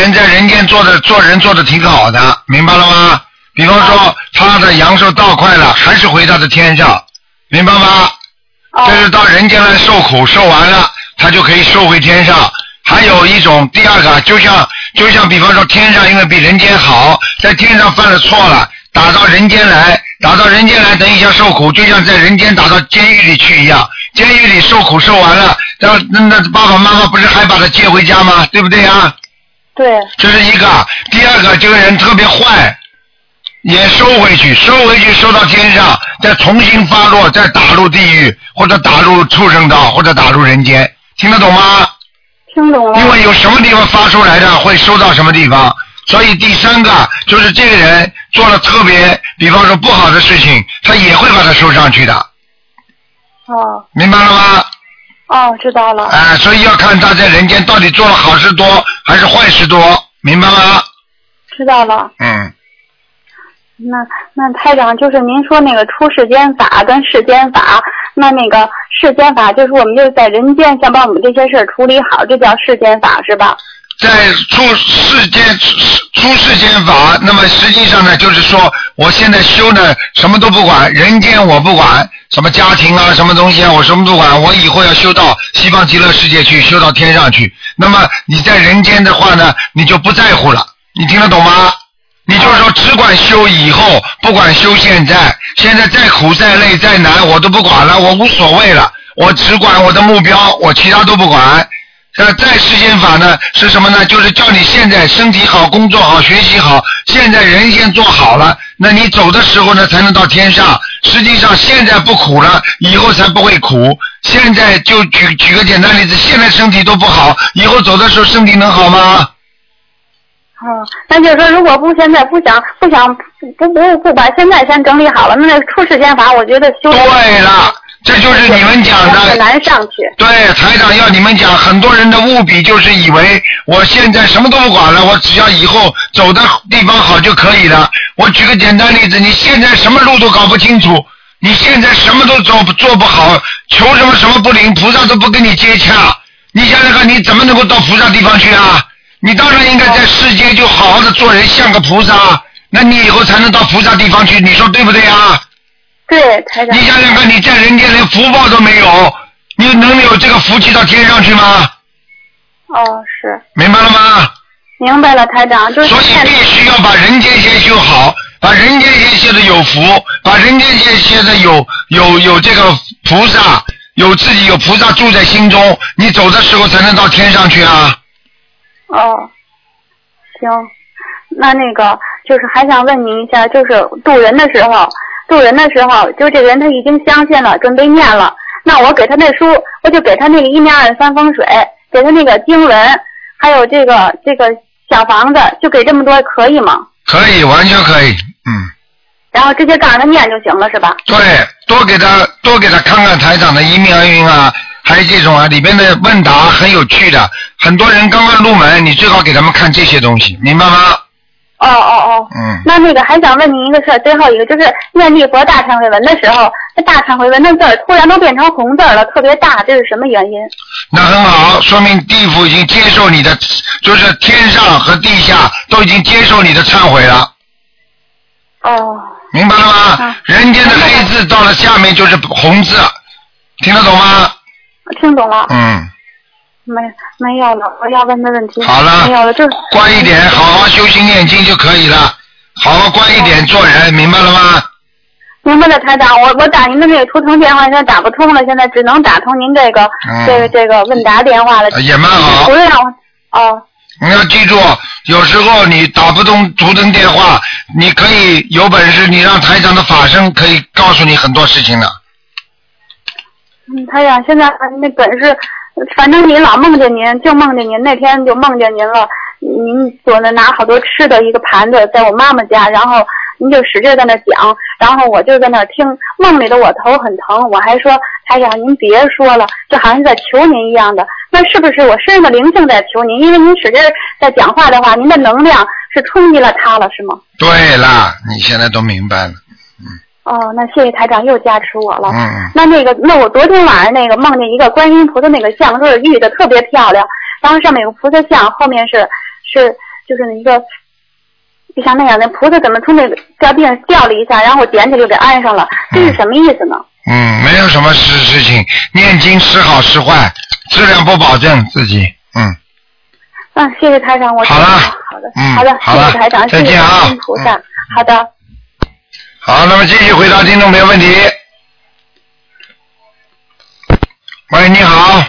人在人间做的做人做的挺好的，明白了吗？比方说他的阳寿到快了，还是回他的天上，明白吗？这是到人间来受苦，受完了他就可以收回天上。还有一种，第二个就像就像比方说天上因为比人间好，在天上犯了错了，打到人间来，打到人间来等一下受苦，就像在人间打到监狱里去一样，监狱里受苦受完了，那那那爸爸妈妈不是还把他接回家吗？对不对呀？ 对。 这是一个。第二个，这个人特别坏，也收回去，收回去收到天上，再重新发落，再打入地狱，或者打入畜生道，或者打入人间，听得懂吗？ 听懂了。 因为有什么地方发出来的，会收到什么地方。所以第三个就是这个人做了特别，比方说不好的事情，他也会把它收上去的。 哦。 明白了吗？ 哦，知道了。 哎、呃，所以要看他在人间到底做了好事多还是坏事多，明白吗？ 知道了。 嗯。 那那台长，就是您说那个出世间法跟世间法，那那个世间法就是我们就在人间想把我们这些事儿处理好，这叫世间法是吧？ 在出世间出世间法，那么实际上呢，就是说我现在修呢什么都不管，人间我不管，什么家庭啊，什么东西啊，我什么都不管，我以后要修到西方极乐世界去，修到天上去。那么你在人间的话呢，你就不在乎了，你听得懂吗？你就是说只管修以后，不管修现在，现在再苦再累再难我都不管了，我无所谓了，我只管我的目标，我其他都不管。呃，在世间法呢是什么呢？就是叫你现在身体好，工作好，学习好，现在人先做好了，那你走的时候呢才能到天上。实际上现在不苦了，以后才不会苦。现在就举举个简单例子，现在身体都不好，以后走的时候身体能好吗？ 哦，那就是说，如果不现在不想不想不不不把现在先整理好了，那那出世间法，我觉得修对了，这就是你们讲的很难上去。 对，台长要你们讲，很多人的误比就是以为我现在什么都不管了，我只要以后走的地方好就可以了。我举个简单例子，你现在什么路都搞不清楚，你现在什么都做做不好，求什么什么不灵，菩萨都不跟你接洽，你想想看，你怎么能够到菩萨地方去啊？你当然应该在世间就好好的做人，像个菩萨，那你以后才能到菩萨地方去，你说对不对啊？ 对，台长。 你想想看，你在人间连福报都没有，你能有这个福气到天上去吗？ 哦，是。 明白了吗？ 明白了，台长。就是所以必须要把人间先修好，把人间先修的有福，把人间先修的有有有这个菩萨，有自己有菩萨住在心中，你走的时候才能到天上去啊。 哦，行，那那个就是还想问您一下，就是渡人的时候，渡人的时候，就这个人他已经相信了，准备念了，那我给他那书，我就给他那个一面二三风水，给他那个经文，还有这个这个小房子，就给这么多可以吗？ 可以，完全可以，嗯。 然后直接告诉他念就行了，是吧？ 对，多给他多给他看看台长的一命二运啊。还有这种啊，里边的问答很有趣的，很多人刚刚入门，你最好给他们看这些东西，明白吗？ 哦哦哦。 嗯。 那那个还想问您一个事儿，最后一个就是念地佛大忏悔文的时候，那大忏悔文的字儿突然都变成红字了，特别大，这是什么原因？ 那很好，说明地府已经接受你的，就是天上和地下都已经接受你的忏悔了。 哦。 明白了吗？啊、人间的黑字到了下面就是红字，听得懂吗？ 听懂了。 嗯。 没没有了，我要问的问题。 好了。 没有了，就是乖一点，好好修心念经就可以了，好好乖一点做人，明白了吗？ 明白了，台长，我我打您的这个图腾电话现在打不通了，现在只能打通您这个、嗯、这个这个问答电话了。 也蛮好。 不是让我哦。 你要记住，有时候你打不通图腾电话，你可以有本事，你让台长的法身可以告诉你很多事情的。 嗯，台长，现在那本事，反正你老梦见您，就梦见您，那天就梦见您了。您坐那拿好多吃的一个盘子，在我妈妈家，然后您就使劲在那讲，然后我就在那听，梦里的我头很疼，我还说台长您别说了，就好像是在求您一样的。那是不是我身上的灵性在求您？因为您使劲在讲话的话，您的能量是冲击了它了，是吗？ 对啦，你现在都明白了。嗯。 哦，那谢谢台长又加持我了。 嗯。 那那个，那我昨天晚上那个梦见一个观音菩萨那个像，就是玉的特别漂亮，然后上面有菩萨像，后面是是就是一个就像那样的菩萨怎么从那个吊地上掉了一下，然后点起来就给安上了，这是什么意思呢？ 嗯，没有什么事事情，念经时好时坏，质量不保证自己，嗯。 嗯，谢谢台长，我好了， 好的， 嗯， 好的， 好了， 谢谢台长， 再见啊， 谢谢菩萨，嗯、好的。 好，那么继续回答听众朋友问题。喂，你好。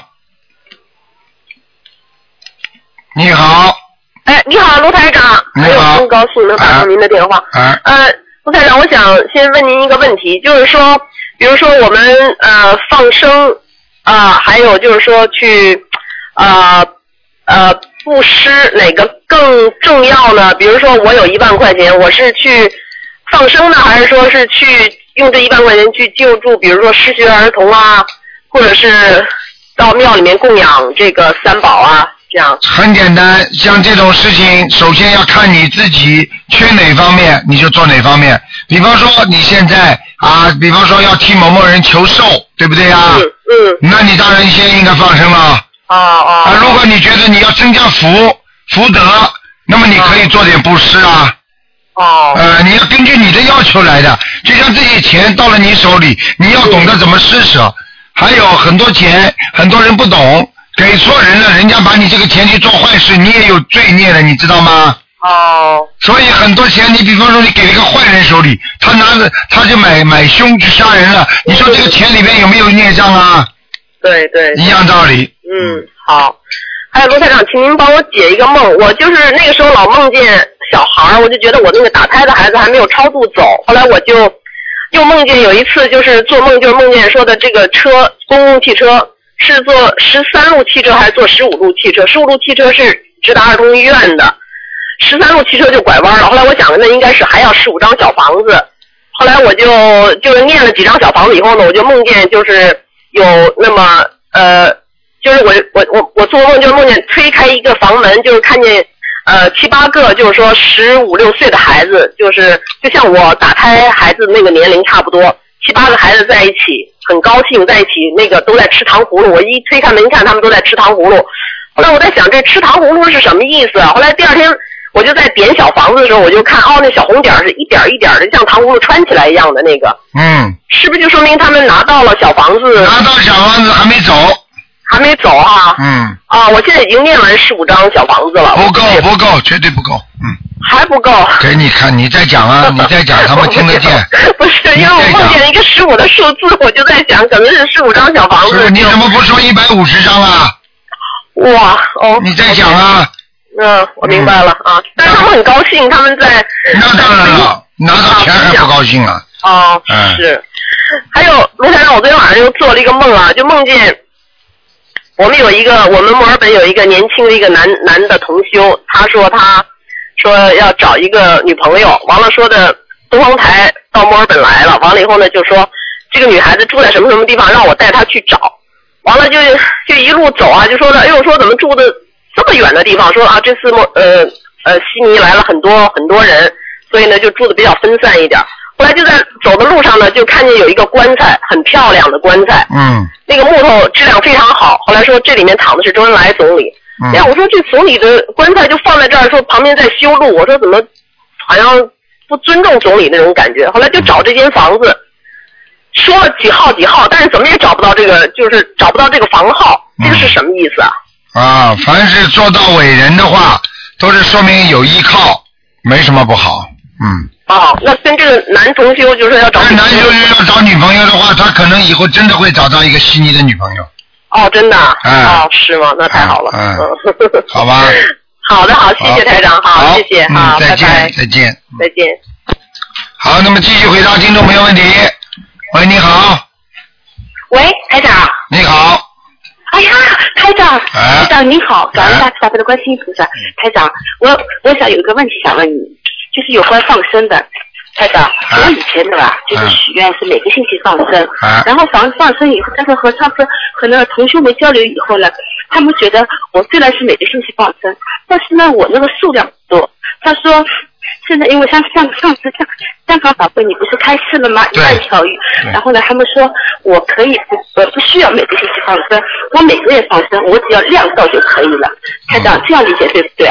你好。 哎，你好，卢台长。 你好。 哎呦，真高兴能打通您的电话。 啊。 呃，卢台长，我想先问您一个问题，就是说，比如说我们呃放生啊、呃，还有就是说去啊 呃, 呃布施，哪个更重要呢？比如说我有一万块钱，我是去放生呢，还是说是去用这一万块钱去救助，比如说失学儿童啊，或者是到庙里面供养这个三宝啊？这样很简单，像这种事情，首先要看你自己缺哪方面，你就做哪方面。比方说你现在啊，比方说要替某某人求寿，对不对呀？ 嗯嗯。 那你当然先应该放生了。 哦哦。 啊，如果你觉得你要增加福福德，那么你可以做点布施啊。 哦。 呃，你要根据你的要求来的，就像这些钱到了你手里，你要懂得怎么施舍。还有很多钱，很多人不懂。给错人了，人家把你这个钱去做坏事，你也有罪孽的，你知道吗？ 哦。 所以很多钱，你比方说你给了一个坏人手里，他拿着他就买买凶去杀人了，你说这个钱里面有没有孽障啊？ 对对。 一样道理。 嗯，好。还有罗台长，请您帮我解一个梦，我就是那个时候老梦见小孩，我就觉得我那个打胎的孩子还没有超度走，后来我就又梦见有一次就是做梦，就是梦见说的这个车公共汽车。是坐十三路汽车还是坐十五路汽车？十五路汽车是直达儿童医院的，十三路汽车就拐弯了。后来我想，那应该是还要十五张小房子。后来我就就是念了几张小房子以后呢，我就梦见就是有那么呃，就是我我我我做梦就梦见推开一个房门，就是看见呃七八个就是说十五六岁的孩子，就是就像我打胎孩子那个年龄差不多。七八个孩子在一起，很高兴在一起，那个都在吃糖葫芦。我一推开门看，他们都在吃糖葫芦。后来我在想，这吃糖葫芦是什么意思啊？后来第二天我就在点小房子的时候，我就看哦，那小红点是一点一点的，像糖葫芦穿起来一样的那个。嗯。是不是就说明他们拿到了小房子？ 拿到小房子还没走。 还没走啊？ 嗯。 啊，我现在已经念完十五张小房子了。 不够，不够，绝对不够。嗯。 还不够。 给你看，你再讲啊，你再讲，他们听得见。 不是，因为我梦见一个十五的数字，我就在想，可能是十五张小房子。 是，你怎么不说一百五十张啊？ 哇哦！ 你再讲啊。 嗯，我明白了、嗯、啊。但是他们很高兴，他们在。 那当然了，拿到钱还不高兴啊。 哦，嗯、是。还有卢台长，我昨天晚上又做了一个梦啊，就梦见我们有一个，我们墨尔本有一个年轻的一个男男的同修，他说他。说要找一个女朋友，完了说的东方台到墨尔本来了，完了以后呢就说这个女孩子住在什么什么地方，让我带她去找，完了就就一路走啊，就说的哎呦说怎么住的这么远的地方，说啊这次墨呃呃悉尼来了很多很多人，所以呢就住的比较分散一点。后来就在走的路上呢，就看见有一个棺材，很漂亮的棺材，嗯，那个木头质量非常好。后来说这里面躺的是周恩来总理。哎呀，我说这总理的棺材就放在这儿，说旁边在修路，我说怎么好像不尊重总理那种感觉。后来就找这间房子，说了几号几号，但是怎么也找不到这个，就是找不到这个房号，这个是什么意思啊？ 嗯、啊，凡是做到伟人的话，都是说明有依靠，没什么不好。嗯。 哦，那跟这个男同修就是说要找女朋友。 男同修要找女朋友的话，他可能以后真的会找到一个悉尼的女朋友。 哦，真的、啊？ 嗯、 哦，是吗？那太好了。 嗯。嗯好吧。 好的，好，谢谢台长，好， 好谢谢，好， 嗯、再见， 拜拜再见， 再见。 好，那么继续回答听众朋友问题。喂，你好。 喂，台长。 你好。 哎呀，台长， 哎、 台长您好，感恩大慈大悲的观世音菩萨。台长，我我想有一个问题想问你，就是有关放生的。台长，我以前的吧，就是许愿是每个星期放生， 啊、 然后放放生以后，但是和上次和那个同修们交流以后呢，他们觉得我虽然是每个星期放生，但是呢，我那个数量不多。他说，现在因为像上上次香香港法会你不是开示了吗？一万条鱼，然后呢，他们说我可以不呃不需要每个星期放生，我每个月放生，我只要量到就可以了。台长，这样理解对不对啊？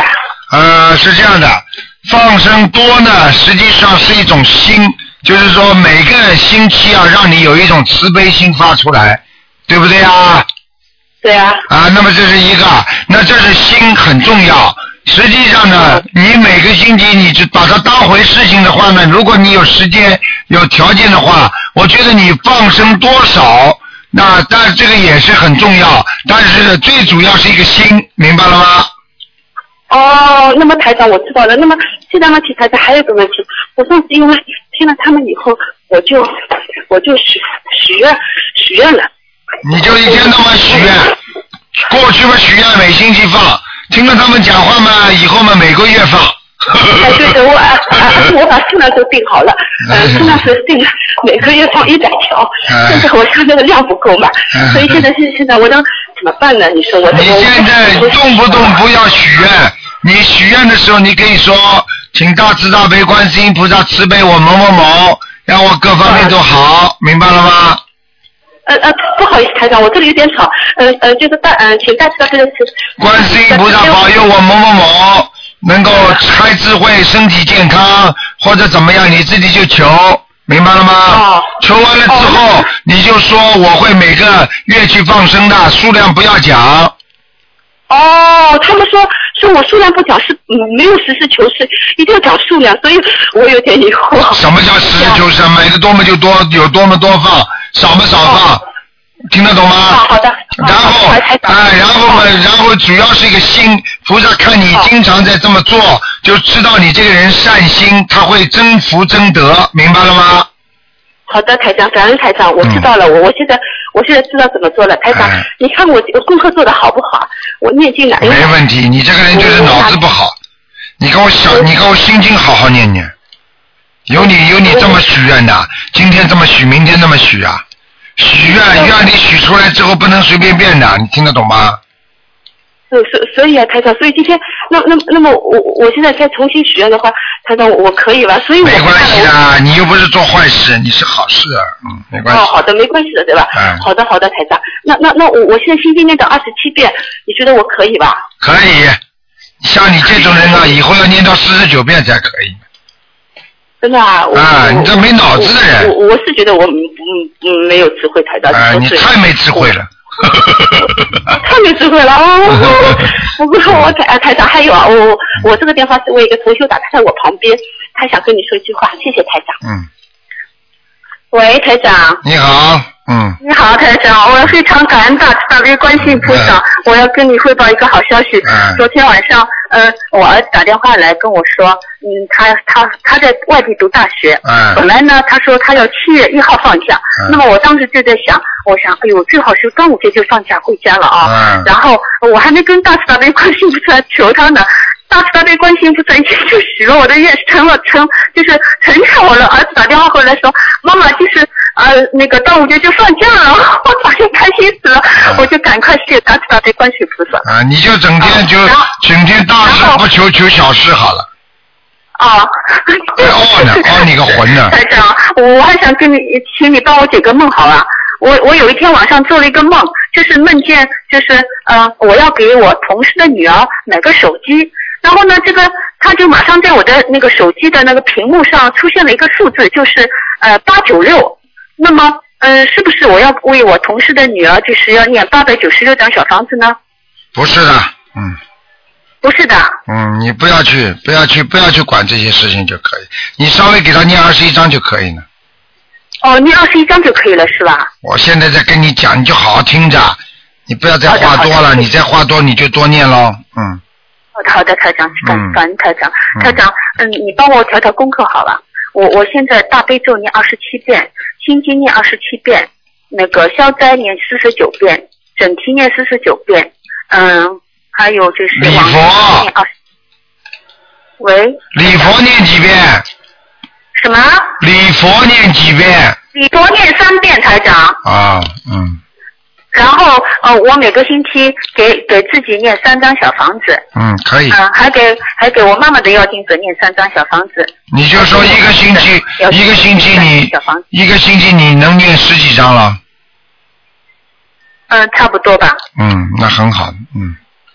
呃，是这样的，放生多呢，实际上是一种心，就是说每个星期啊，让你有一种慈悲心发出来，对不对啊？ 对啊。 啊，那么这是一个，那这是心很重要。实际上呢，你每个星期你就把它当回事情的话呢，如果你有时间有条件的话，我觉得你放生多少，那但这个也是很重要，但是最主要是一个心，明白了吗？ 哦，那么台长我知道了。那么现在问题台长还有个问题，我上次因为听了他们以后，我就我就许许愿许愿了。 你就一天到晚许愿，过去嘛许愿每星期放，听了他们讲话嘛，以后嘛每个月放。 哎，对的，我啊啊，我把数量都定好了，呃，数量是定了每个月放一百条，现在我看那个量不够嘛，所以现在现现在我能怎么办呢？你说我。 你现在动不动不要许愿，你许愿的时候你可以说，请大慈大悲观世音菩萨慈悲我某某某，让我各方面都好，明白了吗？ 呃呃，不好意思，台长，我这里有点吵，呃呃，就是大呃，请大慈大悲的观世音菩萨保佑我某某某能够开智慧、身体健康，或者怎么样，你自己就求，明白了吗？ 哦。 求完了之后，你就说我会每个月去放生的，数量不要讲。 哦，他们说说我数量不讲是嗯没有实事求是，一定要讲数量，所以我有点疑惑。 什么叫实事求是？买的多么就多，有多么多放，少么少放，哦、听得懂吗？ 好、哦、好的。 然后哎，然后嘛，然后主要是一个心，菩萨看你经常在这么做，哦、就知道你这个人善心，他会增福增德，明白了吗？ 好的，台长，感恩台长，我知道了，嗯、我我现在我现在知道怎么做了，台长，哎、你看我功课做的好不好？我念经哪有？ 没问题，你这个人就是脑子不好，你跟我想，你跟我心经好好念念。有你有你这么许愿的，今天这么许，明天这么许啊？许愿愿力许出来之后不能随便变的，你听得懂吗？ 所所以啊，台长，所以今天那那那么我我现在再重新许愿的话，台长我可以吧？所以我没关系的，你又不是做坏事，你是好事，嗯，没关系。 哦，好的，没关系的，对吧？嗯。好的，好的，台长。那那那我我现在心经念到二十七遍，你觉得我可以吧？ 可以，像你这种人啊，以后要念到四十九遍才可以。 真的啊？ 啊，你这没脑子的人。 我我是觉得我嗯嗯没有智慧，台长。 啊，你太没智慧了。 太没智慧了哦！不过我台台长还有啊，我我这个电话是我一个同学打，他在我旁边，他想跟你说一句话，谢谢台长。 嗯。 喂，台长。 你好，嗯。 你好，台长，我非常感恩大慈大悲观世音菩萨，嗯、我要跟你汇报一个好消息。嗯。昨天晚上，呃，我儿子打电话来跟我说，嗯，他他他在外地读大学。嗯。本来呢，他说他要七月一号放假，嗯、那么我当时就在想。我想，哎呦，最好是端午节就放假回家了啊！嗯、然后我还没跟大慈大悲观世音菩萨求他呢，大慈大悲观世音菩萨已经就许了我的愿，成了成就是成全我了。儿子打电话回来说，妈妈就是呃那个端午节就放假了，我早就开心死了，嗯、我就赶快谢大慈大悲观世音菩萨。 啊，你就整天就、嗯、整天大事不求，求小事好了。 啊！ 还傲呢，傲你个魂呢！ 台长，我还想跟你，请你帮我解个梦好吧？我我有一天晚上做了一个梦，就是梦见就是呃我要给我同事的女儿买个手机，然后呢这个他就马上在我的那个手机的那个屏幕上出现了一个数字，就是呃八九六。那么呃是不是我要为我同事的女儿就是要念八百九十六张小房子呢？ 不是的，嗯。 不是的。 嗯，你不要去，不要去，不要去管这些事情就可以。你稍微给他念二十一章就可以了。 哦，念二十一章就可以了，是吧？ 我现在在跟你讲，你就好好听着，你不要再话多了，你再话多你就多念咯。嗯。 好的，好的，台长，感感恩台长，台长，嗯，你帮我调调功课好了。我我现在大悲咒念二十七遍，心经念二十七遍，那个消灾念四十九遍，整体念四十九遍，嗯。还有就是礼佛， 喂， 礼佛念几遍？ 什么？ 礼佛念几遍？ 礼佛念三遍，台长。 啊，嗯。 然后呃，我每个星期给给自己念三张小房子。 嗯，可以。 嗯、呃，还给还给我妈妈的要经者念三张小房子。 你就说一个星期，一个星期你一个星期你能念十几张了？ 嗯、呃，差不多吧。 嗯，那很好，嗯。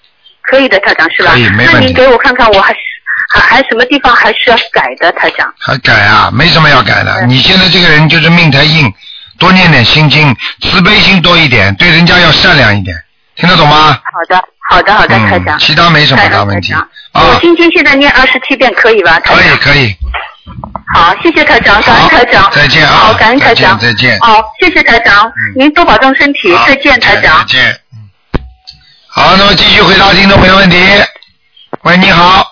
可以的，台长是吧？ 可以，没问题。 那您给我看看，我还是还还什么地方还需要改的，台长？ 还改啊？没什么要改的。你现在这个人就是命太硬，多念点心经，慈悲心多一点，对人家要善良一点，听得懂吗？ 好的，好的，好的，台长。 嗯，其他没什么大问题。啊， 我心经现在念二十七遍可以吧？台长可以，可以。 好，谢谢台长，感恩台长。 再见啊！ 好，感恩台长。 再见。 好，谢谢台长，您多保重身体。再见，台长。 再见。嗯。好，那么继续回答听众朋友问题。喂，你好。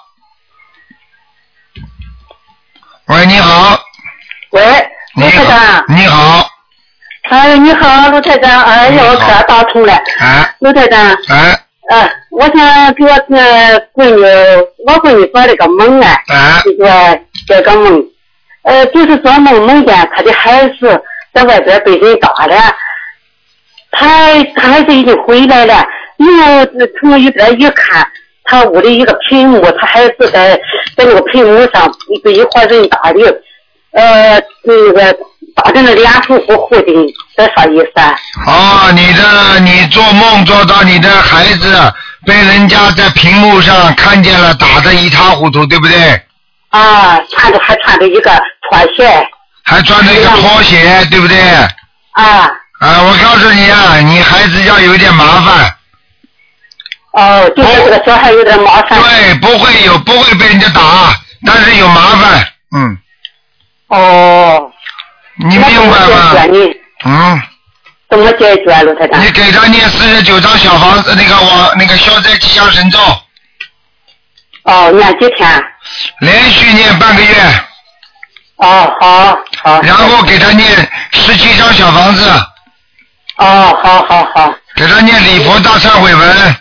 喂，你好。 喂，卢台长。 你好。 哎，你好，卢台长。哎呀，我可打通了。 哎。 卢台长。 哎。 呃，我想给我呃闺女，我闺女做了个梦啊。 哎。 这个这个梦，呃，就是做梦梦见她的孩子在外边被人打了，他他孩子已经回来了，因为从一边一看，他屋里一个屏幕，他孩子在在那个屏幕上被一伙人打的，呃，那个打的那脸红乎乎的，这啥意思啊？ 哦，你的你做梦做到你的孩子被人家在屏幕上看见了，打得一塌糊涂，对不对？ 啊，穿着还穿着一个拖鞋， 还穿着一个拖鞋，对不对？ 啊。 啊，我告诉你啊，你孩子要有点麻烦。 哦，就是这个小孩有点麻烦。 对，不会有，不会被人家打，但是有麻烦，嗯。 哦。 你明白吗？嗯。 怎么解决，卢台长？ 你给他念四十九张小房子，那个往那个消灾吉祥神咒。 哦，念几天？ 连续念半个月。 哦，好，好。 然后给他念十七张小房子。 哦，好好好。 给他念礼佛大忏悔文。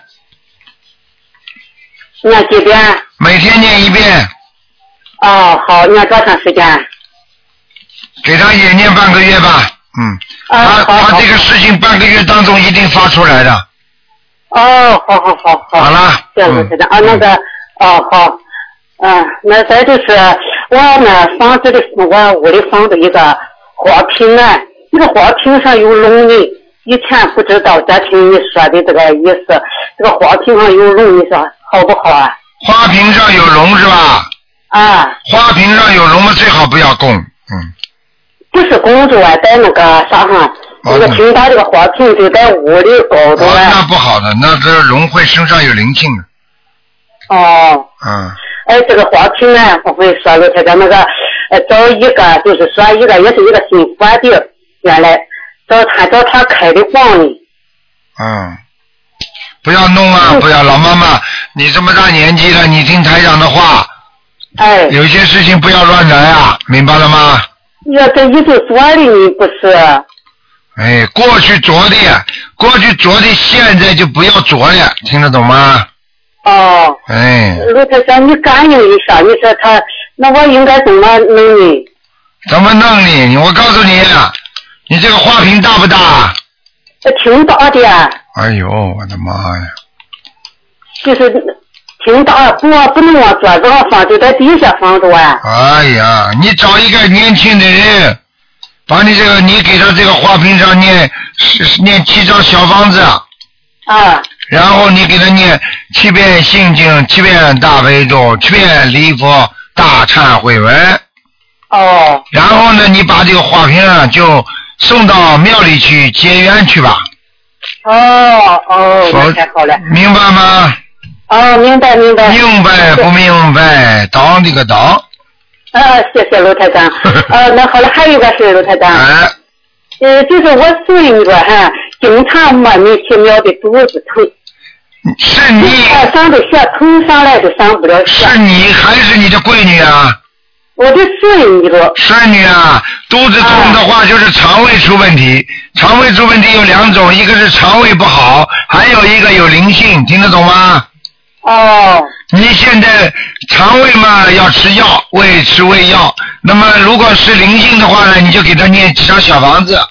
念几遍？ 每天念一遍。 哦，好，念多长时间？ 给他也念半个月吧，嗯。 啊， 他他这个事情半个月当中一定发出来的。 哦，好好好好。 好了。 这样子的啊，那个。哦好，嗯，那再就是我呢房子里我屋里放的一个花瓶啊，这个花瓶上有龙呢，以前不知道，再听你说的这个意思，这个花瓶上有龙，你说好不好啊？ 花瓶上有龙是吧？ 啊。 花瓶上有龙嘛，最好不要供，嗯。 不是供着啊，在那个啥上，那个听到这个花瓶就在屋里搞着。 哦，那不好的，那这龙会身上有灵性的。 哦， 嗯， 哎，这个花瓶呢，我会说了，他在那个呃找一个，就是说一个也是一个新发的，原来找他找他开的光呢。 嗯，不要弄啊，不要，老妈妈，你这么大年纪了，你听台长的话， 哎， 有些事情不要乱来啊，明白了吗？ 要这已经做了你不是？ 哎，过去做的，过去做的，现在就不要做了，听得懂吗？ 哦， 哎， 卢台长，你感应一下，你说他，那我应该怎么弄呢？ 怎么弄呢？我告诉你，你这个花瓶大不大？ 挺大的。 哎呦，我的妈呀！ 就是挺大，不不能往桌子上放，就在底下放着啊。 哎呀，你找一个年轻的人，把你这个，你给他这个花瓶上念念七张小房子。 啊。 然后你给他念七遍心经，七遍大悲咒，七遍礼佛大忏悔文。 哦。 然后呢，你把这个花瓶啊，就送到庙里去结缘去吧。 哦哦，那太好了。 明白吗？ 哦，明白明白。 明白不明白？当这个当。 啊，谢谢卢台长。呃，那好了，还有一个事，卢台长。 哎。 呃，就是我孙女哈，经常莫名其妙的肚子疼。 是你上的血疼上来就上不了血。 是你还是你的闺女啊？ 我的孙女。 孙女啊，肚子痛的话就是肠胃出问题。肠胃出问题有两种，一个是肠胃不好，还有一个有灵性，听得懂吗？ 哦。 你现在肠胃嘛要吃药，胃吃胃药。那么如果是灵性的话呢，你就给他念几张小房子。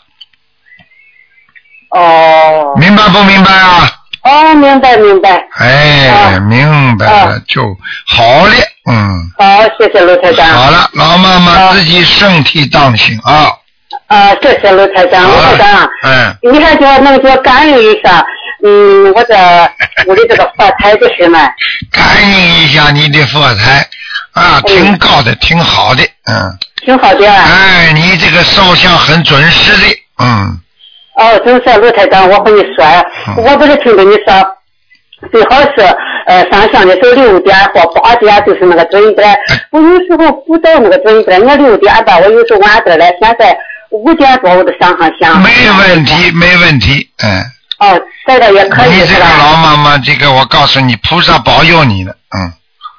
哦。 明白不明白啊？ 哦，明白明白。 哎，啊、明白了、啊、就好了，嗯。 好，谢谢卢台长。 好了，老妈妈自己身体当心啊。 啊，谢谢卢台长，卢台长。 嗯。 你还叫能叫感应一下， 嗯，我这屋里这个佛台的事嘛。 感应一下你的佛台啊，挺高的，挺好的，嗯。 挺好的啊。 哎，你这个烧香很准时的，嗯。 哦，真是卢台长，我和你说，嗯、我不是听着你说，最好是呃上香的时候六点或八点就是那个准点，我有时候不到那个准点，我六点吧，我有时候晚点来，现在五点多我都上上香。 没问题，没问题，嗯。 哦，这个也可以。 你这个老妈妈，这个我告诉你，菩萨保佑你了，嗯。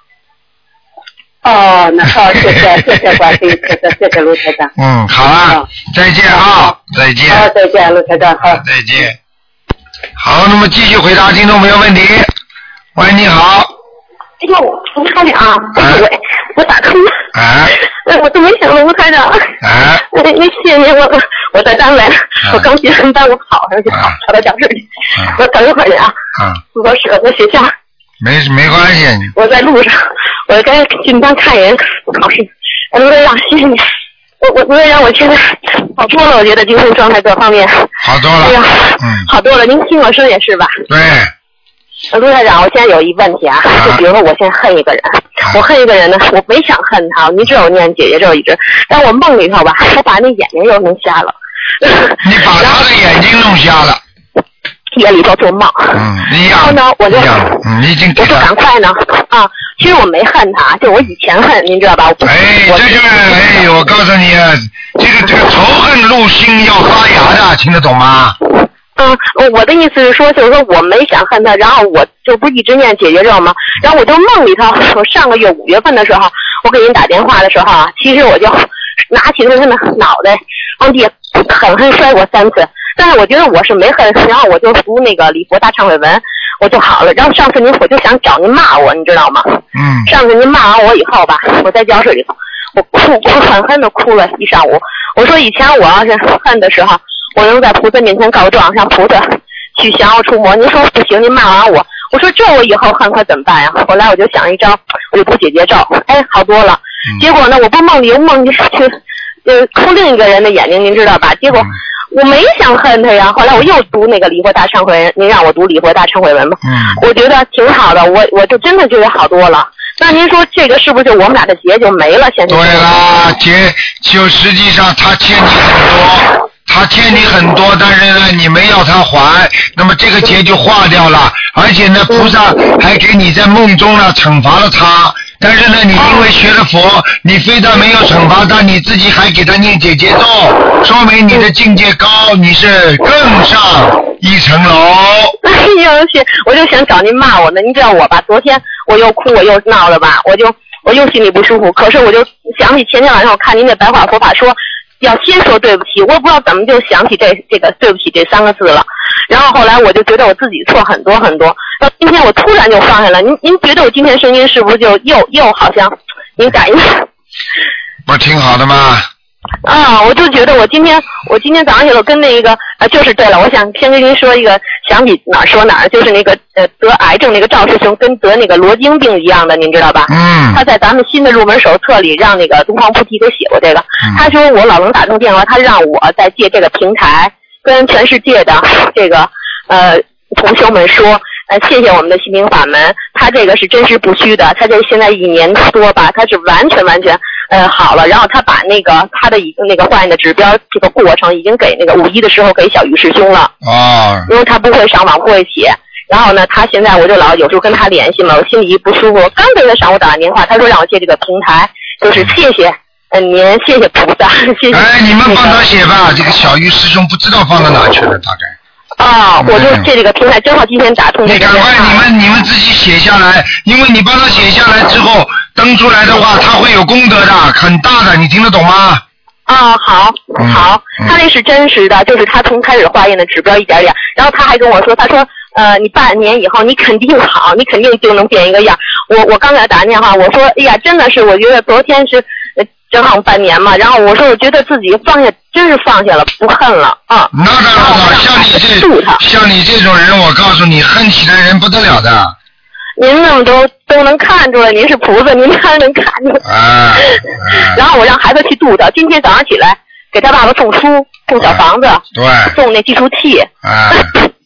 哦，那好，谢谢谢谢关心，谢谢谢谢卢台长。 嗯，好了，哦、再见啊，再见。 好，再见，卢台长，好， 再见。好，那么继续回答听众朋友问题。喂，你好。 哎呦，卢台长，哎呦喂，我打通了。 哎。 我都没想到卢台长。 哎。 那那谢谢你，我我在单位，我刚接完单，我跑上去跑跑到教室里，我等一会儿去啊。嗯。我舍得学校。 没没关系。 我在路上，我该进班看人考试。卢队长，谢谢你。我我卢队长，我现在好多了，我觉得精神状态各方面。 好多了。 哎呀，嗯，好多了。您听我说也是吧？ 对。 卢队长，我现在有一问题啊，啊就比如说我现在恨一个人，啊、我恨一个人呢，我没想恨他，你知道我念姐姐咒一直，但我梦里头吧，我把那眼睛又弄瞎了。 你把他的眼睛弄瞎了。 夜里头做梦， 嗯，一样。 然后呢，我就， 嗯，已经， 我就赶快呢，啊，其实我没恨他，就我以前恨，您知道吧？ 哎，这就是，哎，我告诉你，这个这个仇恨入心要发芽的，听得懂吗？ 嗯，我的意思是说，就是说我没想恨他，然后我就不一直念姐姐咒吗？然后我就梦里头，我上个月五月份的时候，我给您打电话的时候啊，其实我就拿起他的脑袋往地下狠狠摔过三次。但是我觉得我是没恨，然后我就读那个礼佛大忏悔文，我就好了。然后上次您我就想找您骂我，你知道吗？ 嗯。 上次您骂完我以后吧，我在教室里头，我哭，我狠狠的哭了一上午。我说以前我要是恨的时候，我能在菩萨面前告状，让菩萨去降妖除魔。您说不行，您骂完我，我说这我以后恨可怎么办呀？后来我就想一招，我就读姐姐咒，哎，好多了。嗯、结果呢，我不梦里又梦见去呃哭另一个人的眼睛，您知道吧？结果。嗯我没想恨他呀，后来我又读那个礼佛大忏悔文，您让我读礼佛大忏悔文嘛，嗯，我觉得挺好的，我我就真的觉得好多了。那您说这个是不是我们俩的结就没了？现在对啦，结就实际上他欠你很多，他欠你很多，但是呢你没要他还，那么这个结就化掉了，而且呢菩萨还给你在梦中呢惩罚了他。但是呢，你因为学了佛，你非但没有惩罚他，你自己还给他念姐姐咒，说明你的境界高，你是更上一层楼。 哎呦，是，我就想找您骂我呢。您知道我吧？昨天我又哭我又闹了吧，我就我又心里不舒服。可是我就想起前天晚上我看您那白话佛法说，要先说对不起，我不知道怎么就想起这这个对不起这三个字了。然后后来我就觉得我自己错很多很多。到今天我突然就放下了。您您觉得我今天声音是不是就又又好像您改一下？ 不挺好的吗？ 啊，我就觉得我今天我今天早上起来我跟那个啊，就是对了，我想先跟您说一个，想起哪儿说哪儿，就是那个呃得癌症那个赵师兄跟得那个罗京病一样的，您知道吧？ 嗯。 他在咱们新的入门手册里让那个东方菩提给写过这个。嗯、他说我老能打通电话，他让我在借这个平台跟全世界的这个呃同修们说。呃，谢谢我们的心灵法门，他这个是真实不虚的，他这现在一年多吧，他是完全完全呃好了，然后他把那个他的一个那个化验的指标这个过程已经给那个五一的时候给小鱼师兄了， 哦， 因为他不会上网不会写，然后呢，他现在我就老有时候跟他联系嘛，我心里一不舒服，刚给他上午打完电话，他说让我借这个平台，就是谢谢。嗯、呃，您谢谢菩萨，谢谢。 哎，你们帮他写吧，这个小鱼师兄不知道放到哪去了，大概。 啊、哦，我就借这个平台，正好今天打通这个电话。 你赶快，你们你们自己写下来，因为你帮他写下来之后登出来的话，他会有功德的，很大的，你听得懂吗？ 啊、哦，好，好，嗯、他那是真实的，就是他从开始化验的指标一点点，然后他还跟我说，他说，呃，你半年以后你肯定好，你肯定就能变一个样。我我刚给他打电话，我说，哎呀，真的是，我觉得昨天是。正好半年嘛，然后我说我觉得自己放下，真是放下了，不恨了啊。 那当然了，像你这像你这种人，我告诉你，恨起来人不得了的。 您那么都都能看出来，您是菩萨，您当然能看出来。 啊。 然后我让孩子去度他，今天早上起来给他爸爸送书，送小房子， 啊、对， 送那计数器。 啊。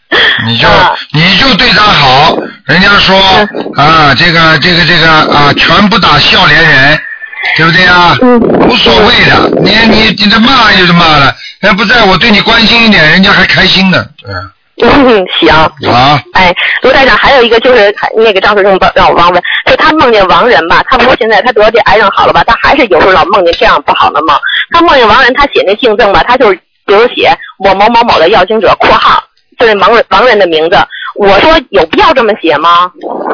你就、啊、你就对他好，人家说、嗯、啊，这个这个这个啊，拳不打笑脸人，对不对啊？嗯，无所谓的，你你你这骂就是骂了，要不在我对你关心一点，人家还开心呢，对。 嗯，行。 啊。 哎，卢台长，还有一个就是那个张师兄让我忘问，就他梦见亡人吧，他不说现在他得这癌症好了吧，他还是有时候老梦见这样不好的梦。他梦见亡人，他写那姓郑吧，他就是比如写我某某某的要经者（括号），就是亡人亡人的名字。我说有必要这么写吗？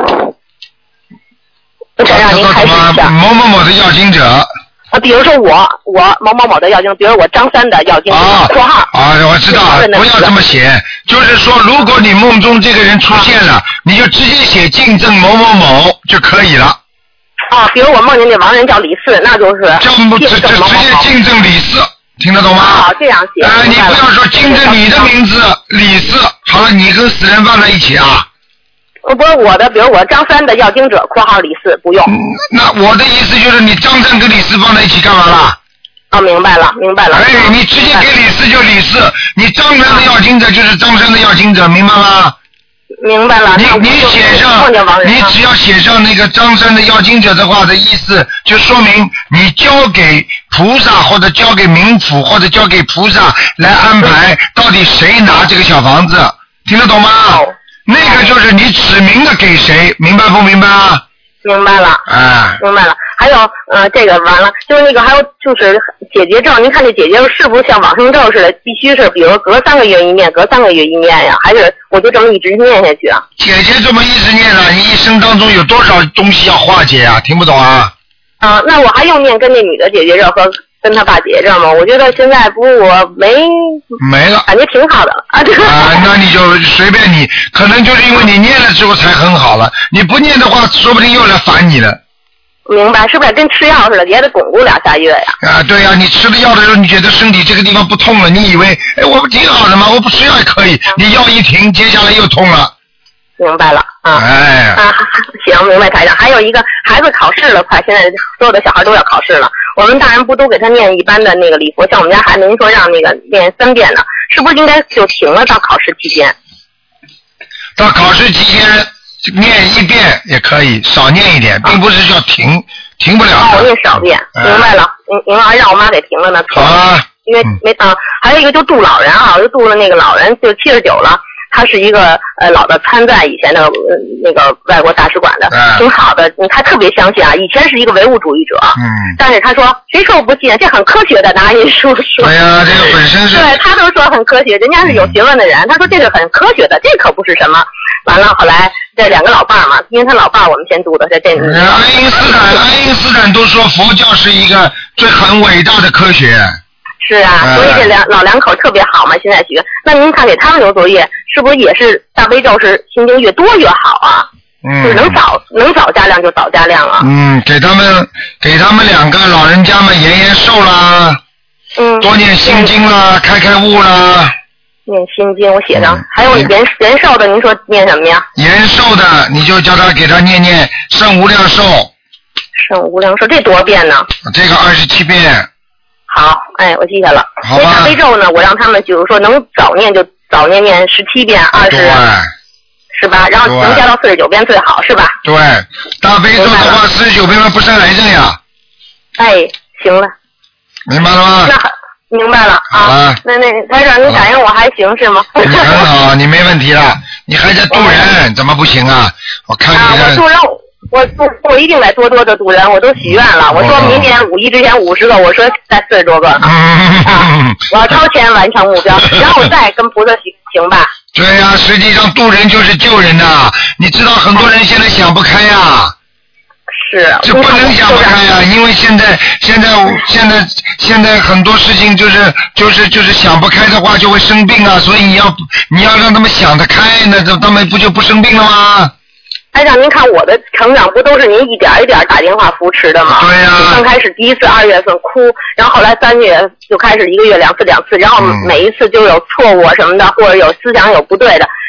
我想让您开始一下。 某某某的要经者。 啊，比如说我我某某某的要经，比如我张三的要经者（括号）。 啊，我知道，不要这么写。就是说，如果你梦中这个人出现了，啊、你就直接写敬赠某某某就可以了。 啊，比如我梦见这亡人叫李四，那就是叫直直直接敬赠李四，听得懂吗？ 啊，这样写。 呃，你不要说敬赠你的名字李四，好了，你跟死人放在一起啊。 不是我的，比如我张三的要经者（括号李四）不用、嗯。 那我的意思就是，你张三跟李四放在一起干嘛了？ 哦，明白了，明白了。 哎，你直接给李四就李四，你张三的要经者就是张三的要经者，明白吗？ 明白了。 你你写上，你只要写上那个张三的要经者的话的意思，就说明你交给菩萨或者交给冥府或者交给菩萨来安排，到底谁拿这个小房子，听得懂吗？哦、那个就是你指明的给谁，明白不明白啊？ 明白了， 哎， 明白了。还有，呃，这个完了，就是那个还有就是解结咒，您看这解结咒是不是像往生咒似的，必须是比如隔三个月一念，隔三个月一念呀？还是我就这么一直念下去啊？ 姐姐这么一直念了，你一生当中有多少东西要化解啊？听不懂啊？ 啊，那我还用念跟那女的解结咒和跟他爸解咒吗？我觉得现在不是我没没了， 感觉挺好的啊。 啊，那你就随便你，可能就是因为你念了之后才很好了，你不念的话，说不定又来烦你了。 明白，是不是跟吃药似的，也得巩固两仨月呀？ 啊，对呀、啊，你吃了药的时候，你觉得身体这个地方不痛了，你以为哎我不挺好的吗？我不吃药也可以，你药一停，接下来又痛了。 明白了啊。 哎。 啊，行，明白台长。还有一个孩子考试了，快，现在所有的小孩都要考试了。我们大人不都给他念一般的那个礼佛，像我们家孩子，您说让那个念三遍呢，是不是应该就停了到考试期间？ 到考试期间念一遍也可以，少念一点，并不是叫停，停不了的。 哦，我念少遍，明白了。您您还让我妈给停了呢。 好啊。 因为没啊，还有一个就度老人啊，我就度了那个老人，就七十九了。他是一个呃老的参在以前的、呃、那个外国大使馆的， 嗯、 挺好的。他特别相信啊，以前是一个唯物主义者， 嗯， 但是他说谁说我不信？这很科学的，拿您说说。 对呀、啊，这个本身是。 对他都说很科学，人家是有学问的人，嗯、他说这是很科学的，这可不是什么。完了，后来这两个老伴儿嘛，因为他老伴儿我们先读的，这这。 爱因斯坦，爱因斯坦都说佛教是一个最很伟大的科学。 是啊，所以这两老两口特别好嘛，现在学。那您看给他们留作业，是不是也是大悲咒是心经越多越好啊？ 嗯， 就是能早能早加量就早加量啊。 嗯，给他们给他们两个老人家们延延寿啦， 嗯， 多念心经啦，开开悟啦。 念心经，我写上。嗯、还有延延寿的，您说念什么呀？ 延寿的，你就叫他给他念念圣无量寿。 圣无量寿，这多少遍呢？ 这个二十七遍。 好，哎，我记下了。 好吧。 那大悲咒呢？我让他们就是说能早念就早念念十七遍，二十是吧？然后能加到四十九遍最好，是吧？ 对，大悲咒的话四十九遍不生癌症呀。 哎，行了。 明白了吗？ 那明白了啊。 啊那那台长，你感应我还行是吗？ 你很好，你没问题了。你还在渡人，怎么不行啊？我看你的。啊，我渡人。我我我一定得多多的渡人，我都许愿了。我说明年五一之前五十个，我说再四十多个呢。啊，我要超前完成目标，然后我再跟菩萨行行吧。 对呀、啊，实际上渡人就是救人呐。你知道很多人现在想不开呀、啊。 是。 这不能想不开呀、啊，因为现在现在现在现在很多事情就是就是就是想不开的话就会生病啊，所以你要你要让他们想得开，那他们不就不生病了吗？ 台长，您看我的成长不都是您一点一点打电话扶持的吗？ 对呀、啊。 刚开始第一次二月份哭，然后后来三月就开始一个月两次两次，然后每一次就有错误什么的，或者有思想有不对的，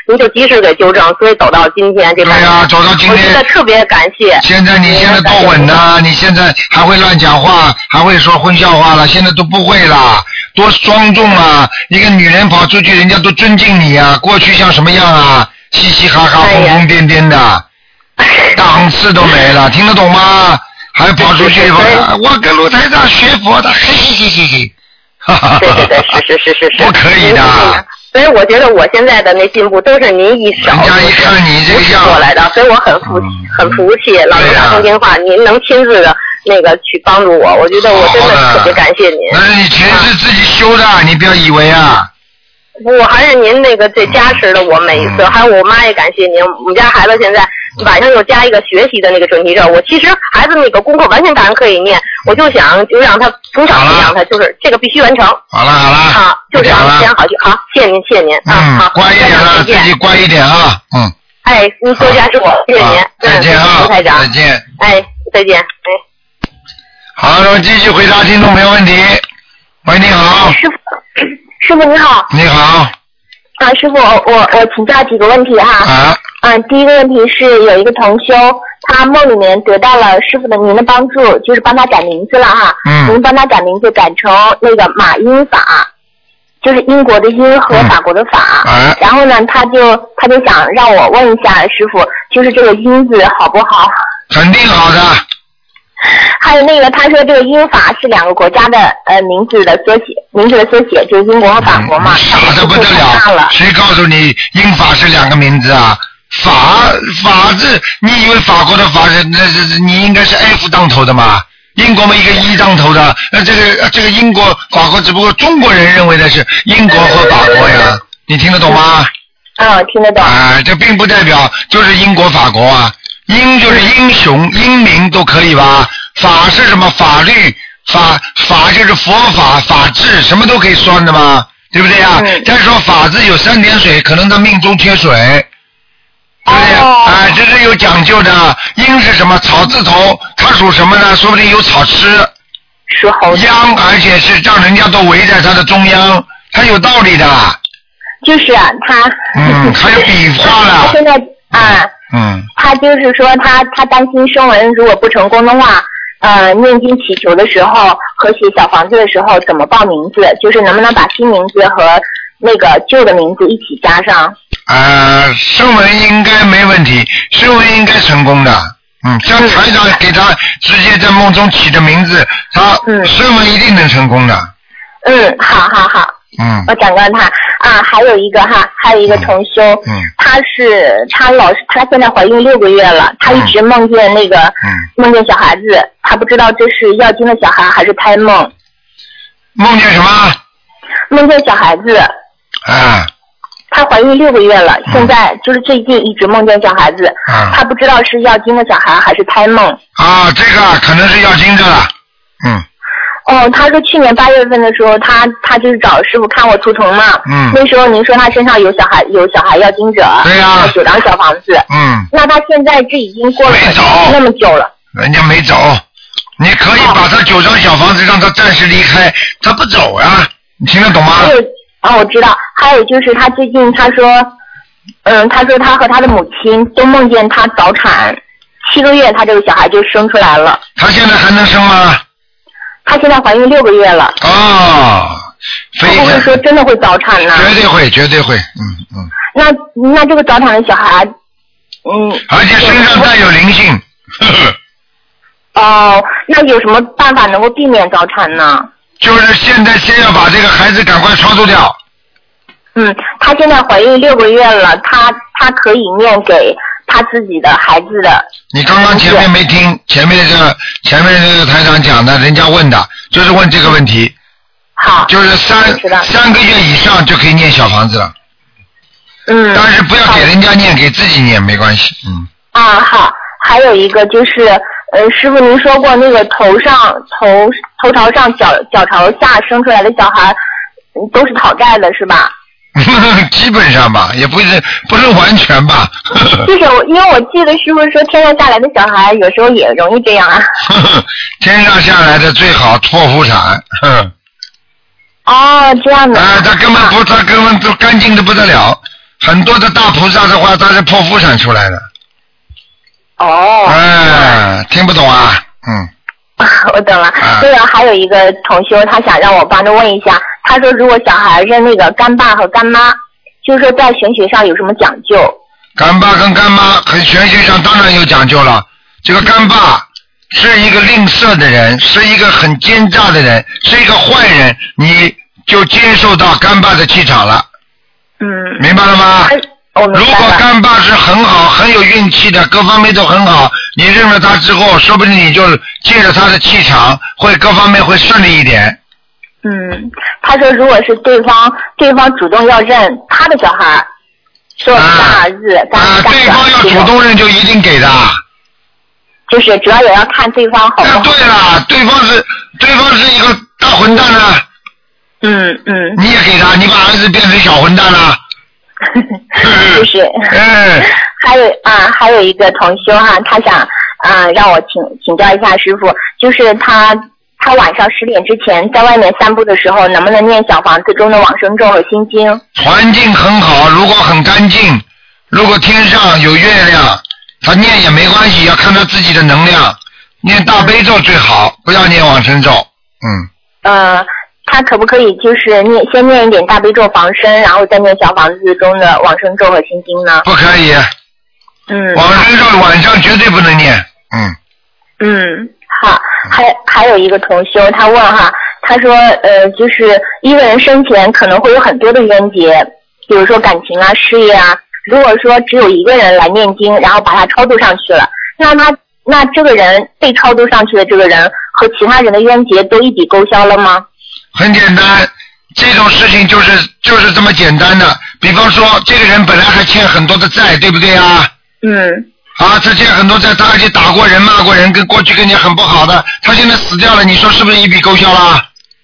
您就及时给纠正，所以走到今天这。 对呀、啊，走到今天。 我觉得特别感谢。 现在你现在多稳呐！你现在还会乱讲话，还会说荤笑话了，现在都不会了，多庄重啊！一个女人跑出去，人家都尊敬你啊！过去像什么样啊？嘻嘻哈哈、疯疯癫癫的，档次都没了，听得懂吗？还跑出去，我我跟卢台长学佛的，嘿嘿嘿嘿嘿。 对对对，是是是是是。 不可以的。 所以我觉得我现在的那进步都是您一手。 人家一看你这个样过来的，所以我很服、嗯、很服气。老人打通电话，您能亲自的那个去帮助我，我觉得我真的特别感谢您。 但是你钱是自己修的，啊、你不要以为啊。 我还是您那个这加持的我每一次，嗯、还有我妈也感谢您。我们家孩子现在晚上又加一个学习的那个准提咒，我其实孩子那个功课完全当然可以念，我就想就让他从小培养他，就是这个必须完成。 好了好了。 好，就这样先好就好，谢谢您谢谢您啊，好， 乖一点了，自己乖一点啊，嗯。 哎，您多加持我，谢谢您， 再见啊， 卢台长， 再见。 哎，再见，哎。 好，那么继续回答听众朋友问题。喂，你好。 师傅，师傅你好。 你好。 啊，师傅，我我请教几个问题哈。 啊。 嗯，第一个问题是有一个同修，他梦里面得到了师傅的您的帮助，就是帮他改名字了哈。 嗯。 您帮他改名字改成那个马英法，就是英国的英和法国的法。 嗯。 然后呢，他就他就想让我问一下师傅，就是这个英字好不好？ 肯定好的。 还有那个，他说这个英法是两个国家的呃名字的缩写，名字的缩写就是英国和法国嘛。 嗯、傻的不得了！谁告诉你英法是两个名字啊？法法字，你以为法国的法是那那你应该是 F 当头的吗？英国嘛一个一当头的，那这个这个英国法国只不过中国人认为的是英国和法国呀，你听得懂吗？ 啊、嗯，听得懂。 啊、呃，这并不代表就是英国法国啊。英就是英雄，英明都可以吧？法是什么？法律，法法就是佛法、法治，什么都可以算的嘛，对不对呀？嗯、再说法字有三点水，可能他命中缺水，对不对？哎、哦呃，这是有讲究的。英是什么？草字头，它属什么呢？说不定有草吃。 属猴。 央，而且是让人家都围在它的中央，它有道理的。 就是啊，他。 嗯，还有笔画了。 他现在啊。 嗯， 他就是说他他担心声纹如果不成功的话，呃，念经祈求的时候和写小房子的时候怎么报名字？就是能不能把新名字和那个旧的名字一起加上？ 呃，声纹应该没问题，声纹应该成功的。嗯，像台长给他直接在梦中起的名字，他声纹一定能成功的。 嗯，好好好。 嗯， 我转告他啊，还有一个哈，还有一个同修， 嗯， 她是她老是她现在怀孕六个月了，她一直梦见那个， 嗯， 梦见小孩子，她不知道这是要经的小孩还是胎梦。 梦见什么？ 梦见小孩子。 啊。 她怀孕六个月了， 嗯、 现在就是最近一直梦见小孩子， 啊， 她不知道是要经的小孩还是胎梦。 啊，这个可能是要经的了，嗯。 哦，他说去年八月份的时候，他他就是找师傅看我图腾嘛。 嗯。 那时候您说他身上有小孩，有小孩要经者。 对呀、啊。 九张小房子。 嗯。 那他现在这已经过了那么久了。 人家没走，你可以把他九张小房子让他暂时离开，他不走呀、啊，你听得懂吗？ 还有啊，我知道。还有就是他最近他说，嗯，他说他和他的母亲都梦见他早产，七个月他这个小孩就生出来了。 他现在还能生吗？ 她现在怀孕六个月了。 哦，非常。 会不会说真的会早产呢？ 绝对会，绝对会，嗯嗯。 那那这个早产的小孩，嗯。 而且身上带有灵性。呵呵哦，那有什么办法能够避免早产呢？ 就是现在先要把这个孩子赶快超度掉。 嗯，她现在怀孕六个月了，她她可以念给她自己的孩子的。 你刚刚前面没听，前面这个前面这个台长讲的，人家问的，就是问这个问题。 好。 就是三三个月以上就可以念小房子了。 嗯。 但是不要给人家念，给自己念没关系。嗯。 啊，好，还有一个就是，呃，师傅您说过那个头上头头朝上脚脚朝下生出来的小孩，都是讨债的是吧？ 基本上吧，也不是不是完全吧。 就是我，因为我记得师傅说天上下来的小孩有时候也容易这样啊。 天上下来的最好剖腹产。 哦，这样的。 啊，他根本不，他根本都干净的不得了。 很多的大菩萨的话，他是剖腹产出来的。 哦。 哎，听不懂啊？嗯。 我懂了。对了，还有一个同修，他想让我帮着问一下，他说如果小孩认那个干爸和干妈，就是说在玄学上有什么讲究？ 干爸跟干妈，很玄学上当然有讲究了。这个干爸是一个吝啬的人，是一个很奸诈的人，是一个坏人，你就接受到干爸的气场了。 嗯。 明白了吗？如果干爸是很好很有运气的，各方面都很好，你认了他之后，说不定你就借着他的气场会各方面会顺利一点。 嗯，他说如果是对方对方主动要认他的小孩，说干儿子、干干对方要主动认就一定给的。 就是主要也要看对方好不好。 对了，对方是对方是一个大混蛋呢。 嗯嗯。 你也给他，你把儿子变成小混蛋了。 就是， 嗯， 还有啊，还有一个同修哈，他想啊让我请请教一下师傅，就是他他晚上十点之前在外面散步的时候，能不能念小房子中的往生咒和心经？ 环境很好，如果很干净，如果天上有月亮，他念也没关系，要看他自己的能量。念大悲咒最好，不要念往生咒。嗯。 呃。他可不可以就是念先念一点大悲咒防身，然后再念小房子中的往生咒和心经呢？ 不可以。 嗯。 往生咒晚上绝对不能念。嗯。 嗯，好，还还有一个同修，他问哈，他说呃，就是一个人生前可能会有很多的冤结，比如说感情啊、事业啊。如果说只有一个人来念经，然后把他超度上去了，那他那这个人被超度上去的这个人和其他人的冤结都一笔勾销了吗？ 很简单，这种事情就是就是这么简单的。比方说，这个人本来还欠很多的债，对不对啊？ 嗯。 啊，他欠很多债，他而且打过人、骂过人，跟过去跟你很不好的，他现在死掉了，你说是不是一笔勾销了？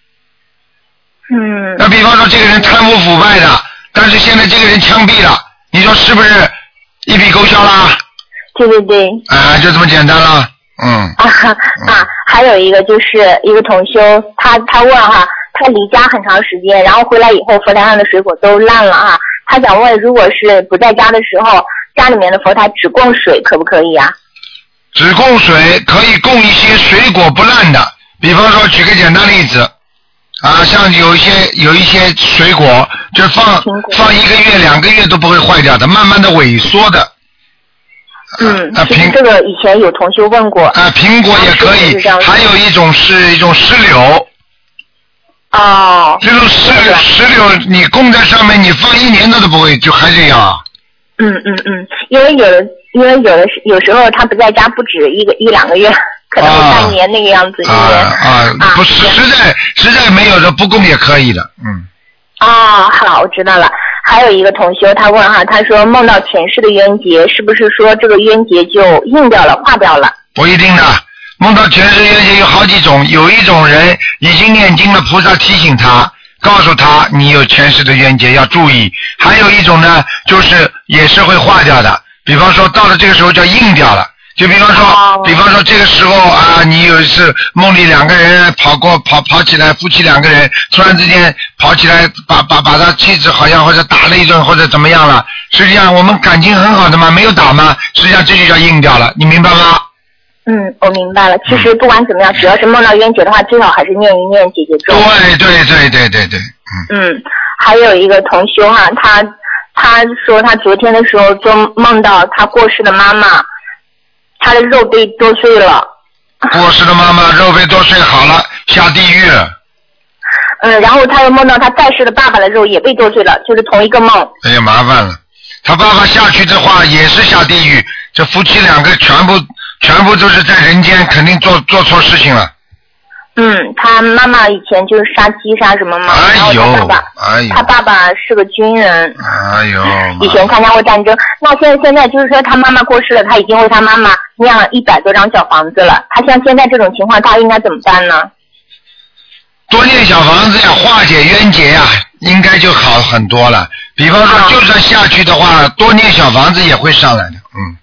嗯。 那比方说，这个人贪污腐败的，但是现在这个人枪毙了，你说是不是一笔勾销啦？ 对对对。 啊，就这么简单了。嗯。 啊啊，还有一个就是一个同修，他他问哈。他离家很长时间，然后回来以后佛台上的水果都烂了啊。他想问，如果是不在家的时候，家里面的佛台只供水可不可以啊？ 只供水可以供一些水果不烂的，比方说举个简单例子啊，像有一些有一些水果就放放一个月两个月都不会坏掉的，慢慢的萎缩的。 嗯，啊、其实这个以前有同修问过。 啊，苹果也可以，还有一种是一种石榴。 哦。 这种石榴，石榴你供在上面，你放一年它都不会，就还这样啊。 嗯嗯嗯，因为有的，因为有的有时候他不在家，不止一个一两个月，可能半年那个样子。 啊啊啊！不是，实在实在没有的不供也可以的，嗯。 哦，好，我知道了。还有一个同修，他问哈，他说梦到前世的冤结，是不是说这个冤结就硬掉了、化掉了？ 不一定的。梦到前世冤结有好几种，有一种人已经念经了，菩萨提醒他，告诉他你有前世的冤结要注意。还有一种呢，就是也是会化掉的，比方说到了这个时候叫硬掉了。就比方说，哦、比方说这个时候啊，你有一次梦里两个人跑过跑跑起来，夫妻两个人突然之间跑起来，把把把他妻子好像或者打了一顿或者怎么样了。实际上我们感情很好的嘛，没有打嘛，实际上这就叫硬掉了，你明白吗？ 嗯，我明白了。其实不管怎么样，只要是梦到冤结的话，最好还是念一念姐姐咒。 对对对对对对。 嗯。嗯，还有一个同修哈、啊，他他说他昨天的时候就梦到他过世的妈妈，他的肉被剁碎了。 过世的妈妈肉被剁碎好了，下地狱了。 嗯，然后他又梦到他在世的爸爸的肉也被剁碎了，就是同一个梦。 哎呀，麻烦了，他爸爸下去的话也是下地狱，这夫妻两个全部全部都是在人间，肯定做做错事情了。 嗯，他妈妈以前就是杀鸡杀什么嘛， 哎呦， 然后他爸爸， 哎呦， 他爸爸是个军人， 哎呦， 以前参加过战争。那现在现在就是说他妈妈过世了，他已经为他妈妈念了一百多张小房子了。他像现在这种情况，他应该怎么办呢？ 多念小房子呀，化解冤结呀，应该就好很多了。比方说，就算下去的话，多念小房子也会上来的，嗯。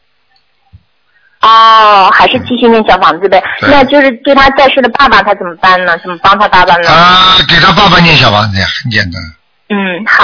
哦，还是继续念小房子呗。那就是对他在世的爸爸，他怎么办呢？怎么帮他爸爸呢？ 啊，给他爸爸念小房子呀，很简单。 嗯，好。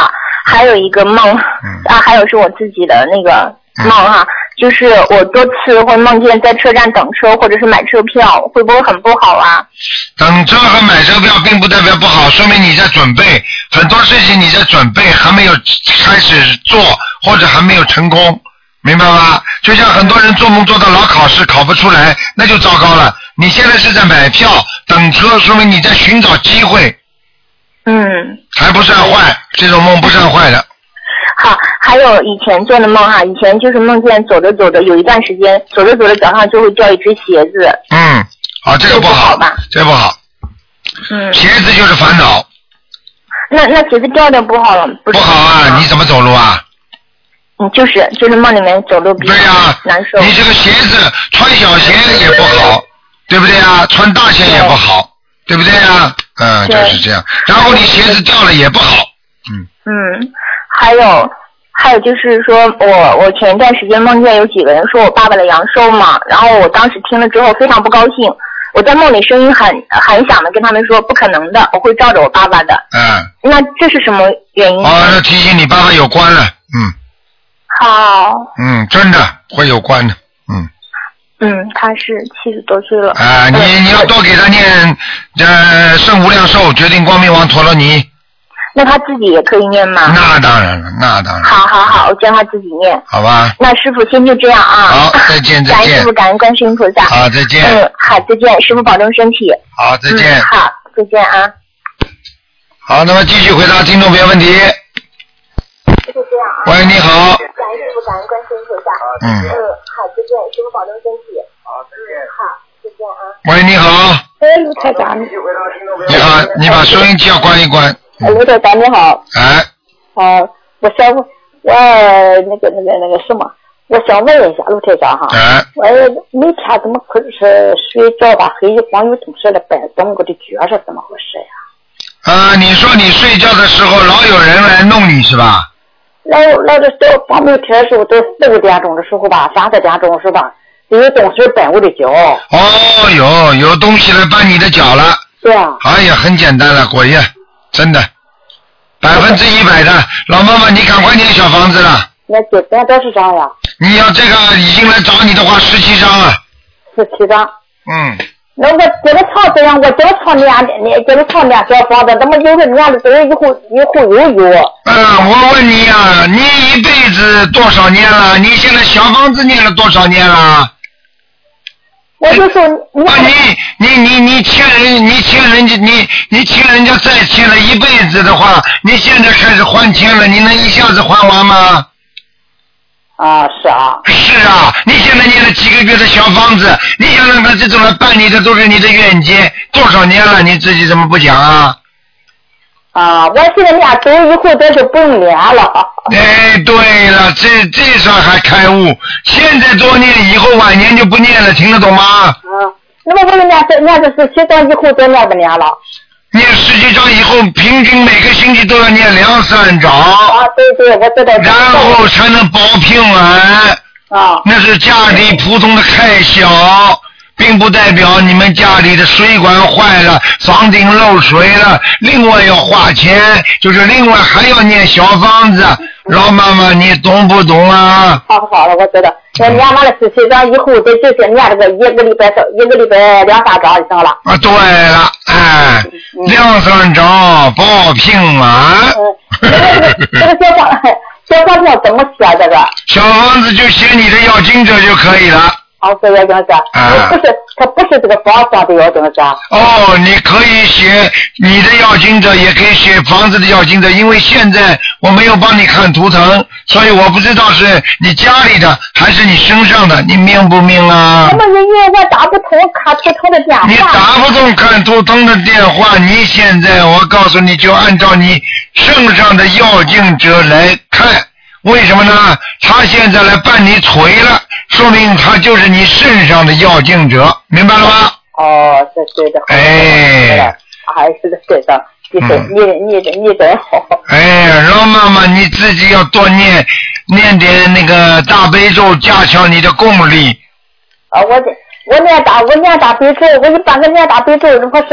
还有一个梦、嗯、啊，还有是我自己的那个梦哈、啊嗯，就是我多次会梦见在车站等车或者是买车票，会不会很不好啊？ 等车和买车票并不代表不好，说明你在准备很多事情，你在准备还没有开始做或者还没有成功，明白吗？就像很多人做梦做到老考试考不出来，那就糟糕了。你现在是在买票等车，说明你在寻找机会。 嗯， 还不算坏，这种梦不算坏的。 好，还有以前做的梦哈，以前就是梦见走着走着，有一段时间走着走着脚上就会掉一只鞋子。 嗯，好，这个不好，吧？这个不好。 嗯。 鞋子就是烦恼。 那那鞋子掉掉不好了，不是？ 不好啊！你怎么走路啊？ 嗯，就是就是梦里面走路比较难受。 你这个鞋子穿小鞋也不好，对不对啊？穿大鞋也不好，对不对啊？嗯，就是这样。然后你鞋子掉了也不好。嗯。 嗯，还有还有就是说我我前一段时间梦见有几个人说我爸爸的阳寿嘛，然后我当时听了之后非常不高兴，我在梦里声音很很响的跟他们说不可能的，我会照着我爸爸的。 嗯。 那这是什么原因？ 哦，那提醒你爸爸有关了。嗯。 好。 嗯，真的会有关的。嗯。 嗯，他是七十多岁了。 啊、呃，你你要多给他念呃圣无量寿决定光明王陀罗尼。 那他自己也可以念吗？ 那当然了，那当然。 好好好，我教他自己念。 好吧。 那师傅先就这样啊。 好，再见再见。 感恩师傅，感恩观世音菩萨。 好，再见。 嗯，好，再见，师傅保重身体。 好，再见。 嗯、好，再见啊。 好，那么继续回答听众朋友问题。 就这样啊。 喂，你好。 感恩师傅，感恩观世音菩萨。 嗯。 嗯，好，再见，师傅保重身体。好，再见。好，再见啊。 喂，你好。 哎，卢台长。 你好，你把收音机要关一关。 嗯、卢台长你好。 哎。 啊、呃，我想问，我那个那个那个什么，我想问一下卢台长哈。 哎。 我每天怎么可是睡觉吧，黑光有总是的摆动，我的脚是怎么回事呀？ 啊，你说你睡觉的时候老有人来弄你是吧？ 老老的到半夜天的时候，都四五点钟的时候吧，三四点钟是吧？有东西绊我的脚。 哦，有有东西来绊你的脚了。 对啊。 哎呀，很简单了，果然，真的，百分之一百的。老妈妈，你赶快念小房子了。 那这多多少张呀？ 你要这个已经来找你的话，十七张啊。 十七张。 嗯。 那我这个厂这样，我这个厂念念这个厂念小房子，怎么有的念的都以后以后又有？ 嗯，我问你呀、啊，你一辈子多少年了？你现在小房子念了多少年了？ 我就说你啊，你你你你欠人，你欠人家，你你欠人家再欠了一辈子的话，你现在开始还钱了，你能一下子还完吗？ 啊，是啊。 是啊，你现在念了几个月的小房子，你想想看，这种来办理的都是你的冤结，多少年了，你自己怎么不讲啊？ 啊，我现在念走以后这就不用念了。 哎，对了，这这上还开悟，现在多念，以后晚年就不念了，听得懂吗？ 嗯，那么我念这念这是七章以后再念不念了？ 念十几章以后，平均每个星期都要念两三章。 啊，对对，我知道。 然后才能保平安。 啊。 那是家里普通的开销，并不代表你们家里的水管坏了、房顶漏水了，另外要花钱，就是另外还要念小房子。老妈妈，你懂不懂啊？ 好好了，我知道。我念完了十七章以后，再就是念这个一个礼拜一个礼拜两三章就行了。 啊，对了，哎，嗯、两三章保平安。 嗯，这个小房小房子怎么写这个？ 小房子就写你的要经者就可以了。 哦，这要经者，啊、不是，它不是这个房上的要经者。 哦，你可以写你的要经者，也可以写房子的要经者，因为现在我没有帮你看图腾，所以我不知道是你家里的还是你身上的，你明不明啊？ 那么因为我打不通看图腾的电话。 你打不通看图腾的电话，你现在我告诉你就按照你身上的要经者来看。为什么呢？他现在来办你腿了，说明他就是你身上的要经者，明白了吗？ 哦，这对的。 哎， 还是对的，你真、嗯、你你你真好。 哎，老妈妈你自己要多念念点那个大悲咒，加强你的功力。 啊，我的我念大我念大悲咒，我一般个念大悲咒，如果是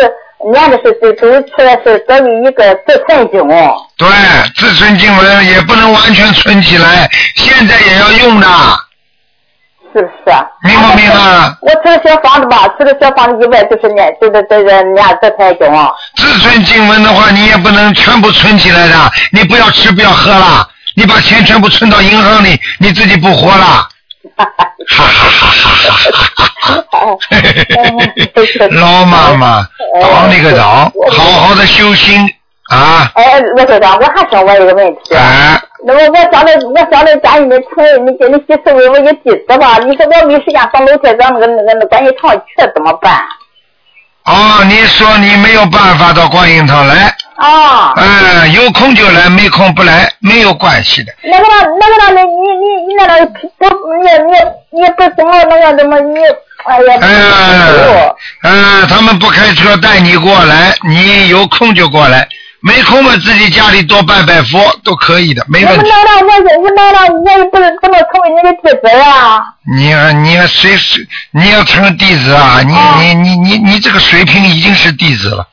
念的是都都出来是这里一个自存经。 对，自存经文也不能完全存起来，现在也要用的。 是不是？ 明不明白？ 我除了小房子吧，除了小房子以外，就是念，就是这个念自存经。 自存经文的话，你也不能全部存起来的，你不要吃不要喝了，你把钱全部存到银行里，你自己不活了。哈哈哈哈哈哈！老妈妈，当那个长，好好的修心啊！ 哎，罗校长，我还想问一个问题。 哎。 那么我想着，我想着家里面从你给你媳妇为我一弟子吧，你说我没时间上楼台咱那个那个那观音堂去怎么办？ 哦，你说你没有办法到观音堂来。 啊。 嗯，有空就来，没空不来，没有关系的。 那个那个那你你你那个不你你你不怎么那个怎么你哎呀。 嗯嗯，他们不开车带你过来，你有空就过来。没空嘛，自己家里多拜拜佛都可以的，没问题。 我来了，我我来了，我也不能不能成为你的弟子呀。 你呀、啊，你要谁谁，你要成弟子啊？你、啊、你你你你这个水平已经是弟子了。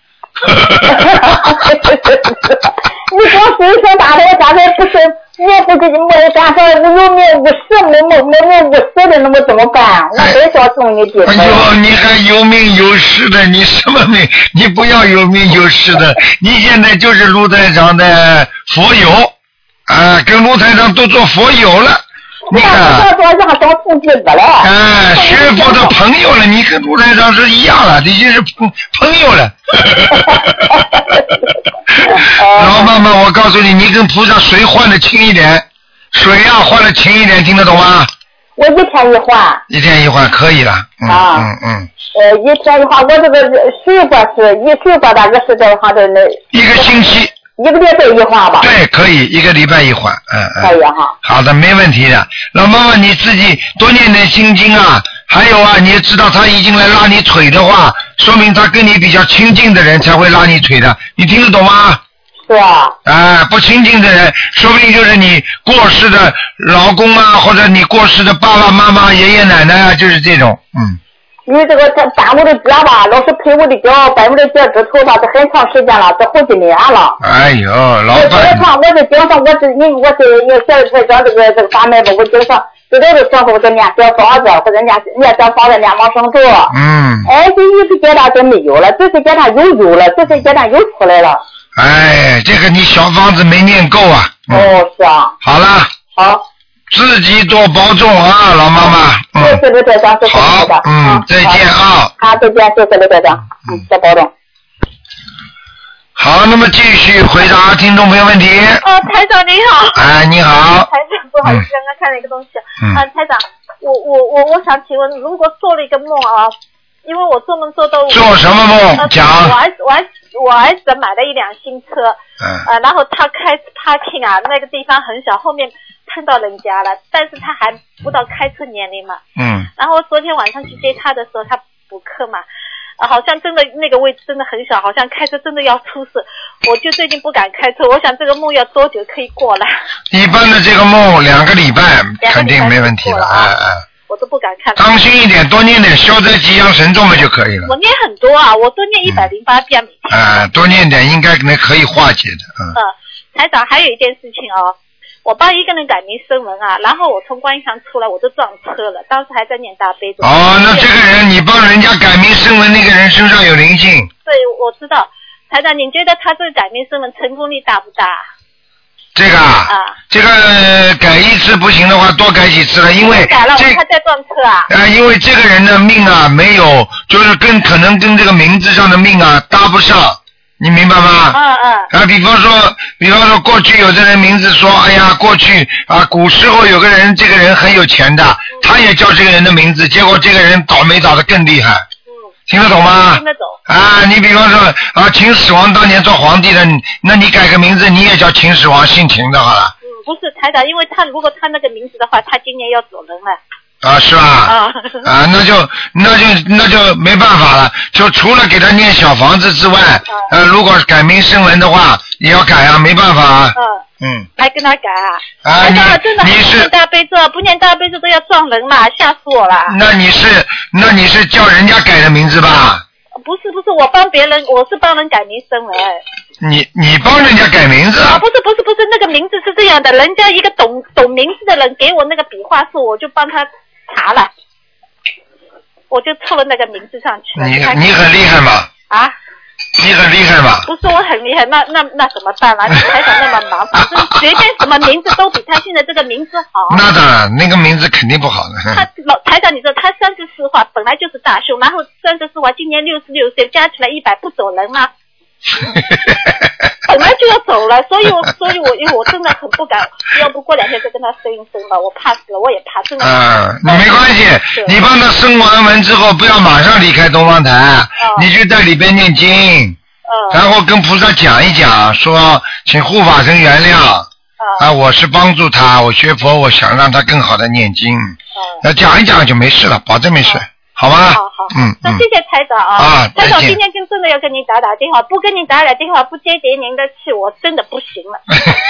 你光水平大的，现在不是我不给你没干啥，我有名无实，没没没名无实的，那我怎么办？我得想成你弟子。 哎呦，你还有名有实的，你什么名？你不要有名有实的，你现在就是卢台长的佛友啊，跟卢台长都做佛友了。你看，哎，学佛的朋友了，你跟卢台长是一样了，已经是朋朋友了。老妈妈，我告诉你，你跟菩萨水换的轻一点，水呀、啊、换的轻一点，听得懂吗？ 我一天一换。 一天一换可以了。嗯、啊。嗯嗯。 呃，一天一换，我这个水果是一水果大概是在好的那。 一个星期。 一个礼拜一换吧。 对，可以一个礼拜一换，嗯嗯。 可以哈。 好的，没问题的。老妈妈，你自己多念点心经啊。还有啊，你也知道他已经来拉你腿的话，说明他跟你比较亲近的人才会拉你腿的，你听得懂吗？ 是啊。 啊，不亲近的人，说不定就是你过世的老公啊，或者你过世的爸爸妈妈、爷爷奶奶啊，就是这种，嗯。 因为这个他耽误的脚吧，老是陪我的脚，掰我的脚趾头吧，这很长时间了，这好几年了。 哎呦，老板。 我经常，我是经常，我是因为我是要学才讲这个这个法门吧，我经常就在这时候我就念小房子，或者念念小房子念往生咒。 嗯。 哎，这一个阶段就没有了，这次阶段又有了，这次阶段又出来了。 哎，这个你小房子没念够啊。 嗯、哦，是啊。 好了。 好。 自己多保重啊，老妈妈。嗯。 谢谢刘队长，谢谢刘队长。 好，嗯，再见啊。 好，再见，谢谢刘队长。嗯，再保重。 好，那么继续回答听众朋友问题。 哦，台长你好。 哎，你好。 台长，不好意思，刚刚看了一个东西。 嗯。 啊，台长，我我我我想请问，如果做了一个梦啊，因为我做梦做到。 做什么梦？呃、讲。 我儿子，我儿子，我儿子买了一辆新车。 嗯。 啊，然后他开 parking 啊，那个地方很小，后面。碰到人家了，但是他还不到开车年龄嘛。 嗯。 然后昨天晚上去接他的时候，他补课嘛，啊，好像真的那个位置真的很小，好像开车真的要出事。我就最近不敢开车，我想这个梦要多久可以过了？ 一般的这个梦两个礼拜肯定没问题了，哎哎。 我都不敢看。 当心一点，多念点消灾吉祥神咒嘛就可以了。 我念很多啊，我都念一百零八遍每天。 啊、嗯，多念点应该能可以化解的，嗯。 呃，台长还有一件事情哦。我帮一个人改名声文啊，然后我从观音堂出来，我就撞车了，当时还在念大悲咒。 哦，那这个人你帮人家改名声文，那个人身上有灵性。 对，我知道。台长，你觉得他这个改名声文成功率大不大？ 这个啊， 啊这个、呃、改一次不行的话，多改几次了，因为改了，他在撞车啊。 啊、呃，因为这个人的命啊，没有，就是跟可能跟这个名字上的命啊搭不上。你明白吗？ 嗯嗯。 啊，比方说，比方说，过去有的人名字说，哎呀，过去啊，古时候有个人，这个人很有钱的，嗯、他也叫这个人的名字，结果这个人倒霉倒得更厉害。 嗯。 听得懂吗？ 听得懂。 啊，你比方说啊，秦始皇当年做皇帝的，那你改个名字，你也叫秦始皇，姓秦的好了。 嗯，不是台长，因为他如果他那个名字的话，他今年要走人了。 啊，是吧？ 啊， 啊，那就那就那就没办法了，就除了给他念小房子之外，啊、呃，如果改名声文的话，也要改啊，没办法啊。 嗯。 嗯。 还跟他改啊？ 啊，你真的你是念大悲咒，不念大悲咒都要撞人嘛，吓死我了。 那你是那你是叫人家改的名字吧？ 不是不是，我帮别人，我是帮人改名声文。 你你帮人家改名字啊？不是不是不是，那个名字是这样的，人家一个懂懂名字的人给我那个笔画数，我就帮他查了，我就凑了那个名字上去了。 你你很厉害吗？ 啊？ 你很厉害吗？ 不是我很厉害，那那那怎么办啦？你台长那么忙，反正随便什么名字都比他现在这个名字好。 那当然，那个名字肯定不好的。 他老台长，你说他三十四话本来就是大凶，然后三十四话今年六十六岁，加起来一百不走人吗？本来就要走了，所以我所以我因为我真的很不敢，要不过两天再跟他生一生吧，我怕死了，我也怕，真的。 嗯，你没关系，你帮他生完文之后，不要马上离开东方台，哦、你就在里边念经，嗯、然后跟菩萨讲一讲，说请护法神原谅，嗯、啊，我是帮助他，我学佛，我想让他更好的念经，那、嗯、讲一讲就没事了，保证没事。嗯好吗？ 好好， 嗯， 那谢谢台长啊！ 啊， 台长今天就真的要跟您打打电话，不跟您打打电话，不接接您的气，我真的不行了。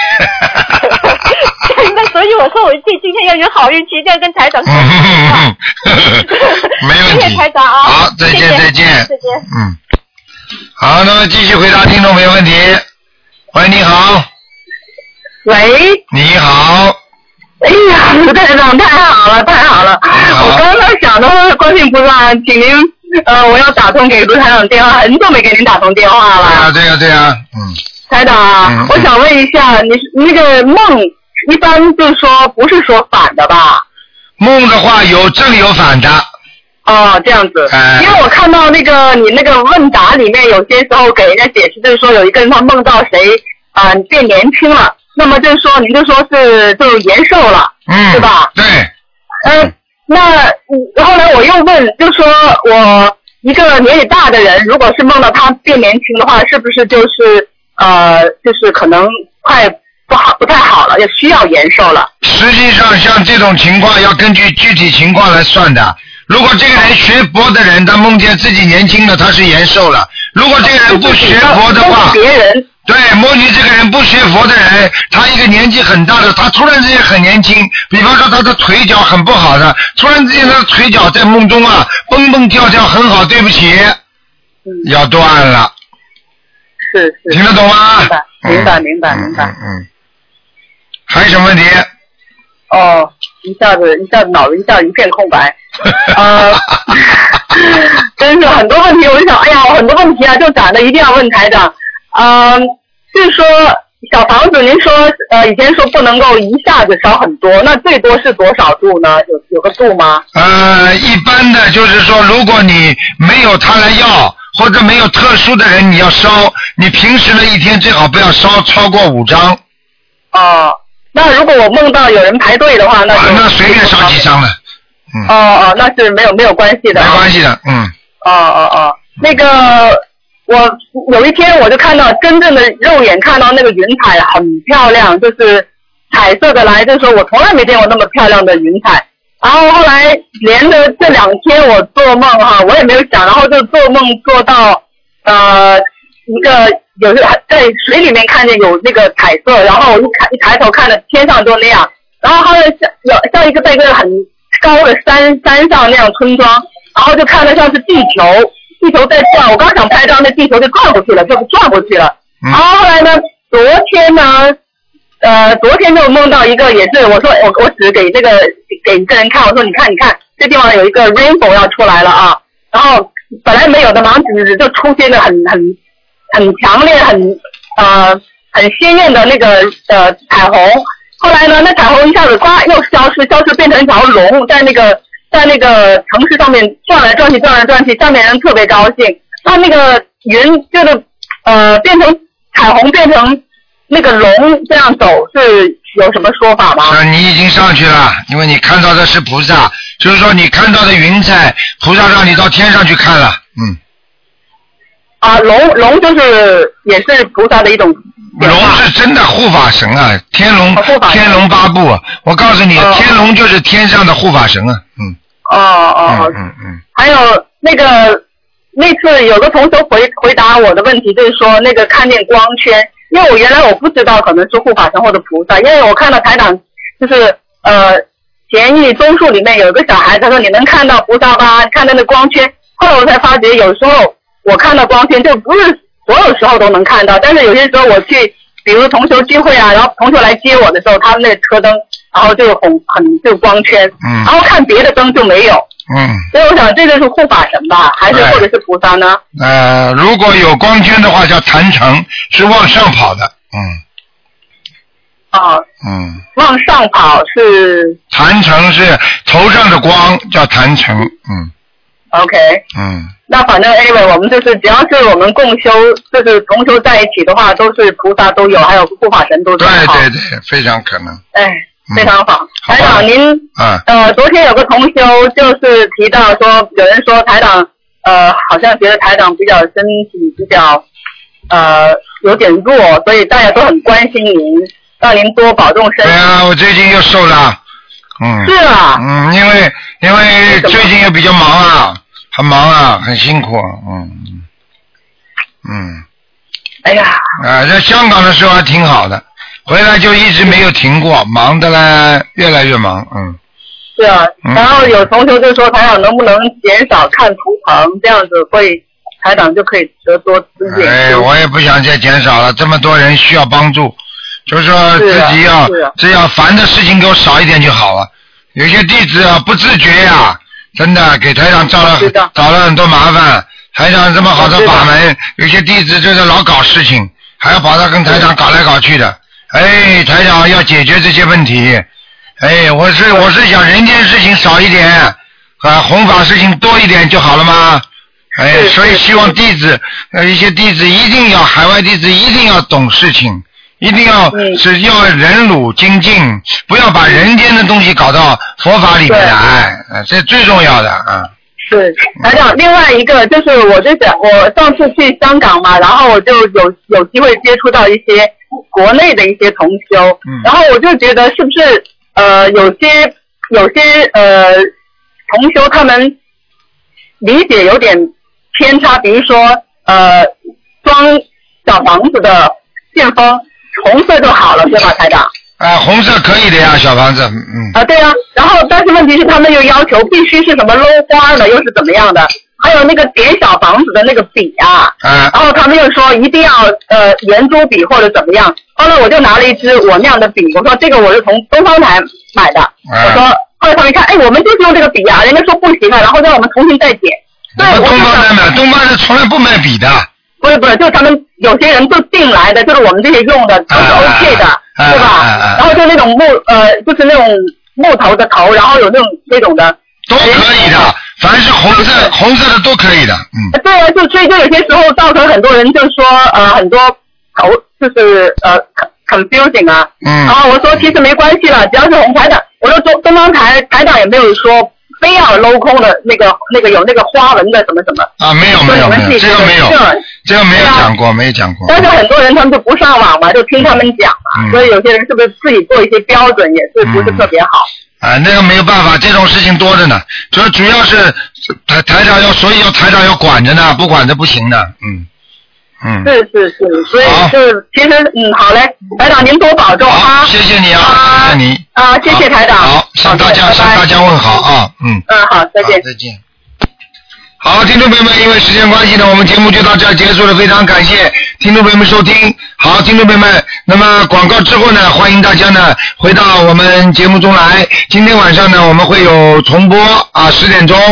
真的，所以我说我这今天要有好运气，一定要跟台长说。 嗯没问题。 谢谢台长啊！ 好，再见再见再见。 嗯，好，那么继续回答听众朋友问题。喂，你好。 喂。 你好。 哎呀，卢台长太好了，太好了！我刚刚想的观世音菩萨，请您呃，我要打通给卢台长电话，很久没给您打通电话了。 对呀、啊，对呀、啊，对呀、啊，嗯。 台长啊、嗯，我想问一下，你那个梦一般就是说不是说反的吧？ 梦的话有正有反的。 哦，这样子。哎、因为我看到那个你那个问答里面，有些时候给人家解释，就是说有一个人他梦到谁啊、呃、变年轻了。那么就是说，您就说是就延寿了， 嗯， 对吧？ 对。 嗯、呃，那后来我又问，就说我一个年纪大的人，如果是梦到他变年轻的话，是不是就是呃，就是可能快不好不太好了，也需要延寿了？ 实际上，像这种情况要根据具体情况来算的。如果这个人学佛的人，他梦见自己年轻了，他是延寿了；如果这个人不学佛的话， 别人。 对，摸你这个人不学佛的人，他一个年纪很大的，他突然之间很年轻，比方说他的腿脚很不好的，突然之间他的腿脚在梦中啊蹦蹦跳跳很好，对不起，嗯、要断了。 是是。 听得懂吗？ 明白明白明白明白。 嗯。嗯还有什么问题？ 哦，一下子一下子脑子一下子一片空白。呃，真是很多问题，我就想，哎呀，很多问题啊，就攒的一定要问台长。嗯、呃，就是说小房子，您说呃以前说不能够一下子烧很多，那最多是多少度呢？有有个度吗？ 呃，一般的就是说，如果你没有他来要，或者没有特殊的人你要烧，你平时的一天最好不要烧超过五张。 哦，那如果我梦到有人排队的话，那就、 啊、那随便烧几张了。嗯。 哦哦，那是没有没有关系的。 没关系的，嗯。 哦哦哦，那个。我有一天我就看到真正的肉眼看到那个云彩很漂亮，就是彩色的来，就是说我从来没见过那么漂亮的云彩。然后后来连着这两天我做梦哈，我也没有想，然后就做梦做到呃一个有在水里面看见有那个彩色，然后我一看一抬头看着天上就那样，然后好像像像一个在一个很高的山山上那样村庄，然后就看着像是地球。地球在转，我刚想拍张，那地球就转过去了，就转过去了。嗯、然后后来呢，昨天呢，呃，昨天就梦到一个，也是我说我我指给这个给一个人看，我说你看你看，这地方有一个 rainbow 要出来了啊。然后本来没有的盲指就出现了很很很强烈、很呃很鲜艳的那个呃彩虹。后来呢，那彩虹一下子呱又消失，消失变成一条龙，在那个。在那个城市上面转来转去，转来转去，下面人特别高兴。那那个云就是呃变成彩虹，变成那个龙这样走，是有什么说法吗？ 啊，你已经上去了，因为你看到的是菩萨，就是说你看到的云彩，菩萨让你到天上去看了，嗯。 啊，龙龙就是也是菩萨的一种。 龙是真的护法神啊，天龙、啊、天龙八部，我告诉你、哦，天龙就是天上的护法神啊，嗯。 哦哦， 嗯嗯。 还有那个那次有个同学回回答我的问题，就是说那个看见光圈，因为我原来我不知道可能是护法神或者菩萨，因为我看到台长就是呃简易综述里面有一个小孩，他说你能看到菩萨吧？看到那光圈，后来我才发觉有时候我看到光线，就不是所有时候都能看到，但是有些时候我去，比如同学聚会啊，然后同学来接我的时候，他们那车灯，然后就很很就光圈， 嗯， 然后看别的灯就没有， 嗯， 所以我想这个是护法神吧，还是或者是菩萨呢？ 呃，如果有光圈的话叫坛城，是往上跑的，嗯。 哦， 嗯， 往上跑是坛城是头上的光，叫坛城，嗯 OK， 嗯， 那反正 anyway 我们就是只要是我们共修，就是同修在一起的话，都是菩萨都有，还有护法神都是。 对对对，非常可能。 哎，非常好。 嗯、 台长您， 啊， 呃，昨天有个同修就是提到说，有人说台长，呃，好像觉得台长比较身体比较，呃，有点弱，所以大家都很关心您。让您多保重身体。 对啊，我最近又瘦了，嗯。 是啊。 嗯，因为因为最近也比较忙啊，很忙啊，很辛苦，嗯嗯。 哎呀。 啊，在香港的时候还挺好的，回来就一直没有停过，忙的嘞，越来越忙，嗯。 是啊，然后有同学就说台长能不能减少看图腾，这样子会台长就可以得多资源。 哎，我也不想再减少了，这么多人需要帮助。就是说自己要只要烦的事情给我少一点就好了。有些弟子啊不自觉呀、啊，真的给台长找了找了很多麻烦。台长这么好的法门，有些弟子就是老搞事情，还要跑到跟台长搞来搞去的。哎，台长要解决这些问题。哎，我是我是想人间事情少一点，啊，弘法事情多一点就好了吗？哎，所以希望弟子呃一些弟子一定要海外弟子一定要懂事情。一定要是要忍辱精进，不要把人间的东西搞到佛法里面来，呃，这最重要的啊。 是，台长，另外一个就是我就想，我上次去香港嘛，然后我就有有机会接触到一些国内的一些同修，嗯、然后我就觉得是不是呃有些有些呃同修他们理解有点偏差，比如说呃装小房子的信封。红色就好了，对吧，台长？ 啊，红色可以的呀，小房子，嗯。 啊，对啊，然后但是问题是他们又要求必须是什么镂花的，又是怎么样的？还有那个点小房子的那个笔啊， 啊， 然后他们又说一定要呃圆珠笔或者怎么样。后来我就拿了一支我那样的笔，我说这个我是从东方台买的，啊、我说后来他们一看，哎，我们就是用这个笔啊，人家说不行啊，然后让我们重新再点。 对，我东方台买，东方台从来不卖笔的。 不是不是，就是他们有些人就订来的，就是我们这些用的都是 OK 的，啊、对吧、啊啊？然后就那种木呃，就是那种木头的头，然后有那种那种的。 都可以的，凡是红色红色的都可以的，嗯。 对啊，就所以就有些时候造成很多人就说呃很多头就是呃 confusing 啊。嗯。然后我说其实没关系了，只要是红台的，我说东东方台台长也没有说。非要镂空的那个那个有那个花纹的什么什么啊？没有没有没有，这个没有，这个没有讲过，没有讲过。 但是很多人他们就不上网嘛，就听他们讲嘛，嗯、所以有些人是不是自己做一些标准也是不是特别好？ 嗯、啊，那个没有办法，这种事情多着呢。主要主要是台台长要，所以要台长要管着呢，不管着不行的，嗯。嗯， 是是是，所以是其实嗯好嘞，台长您多保重啊！ 谢谢你啊，啊谢谢你啊，谢谢台长。 好，向大家向大家问好啊，嗯。 嗯，好，再见。 再见。好，听众朋友们，因为时间关系呢，我们节目就到这儿结束了，非常感谢听众朋友们收听。好，听众朋友们，那么广告之后呢，欢迎大家呢回到我们节目中来。今天晚上呢，我们会有重播啊，十点钟。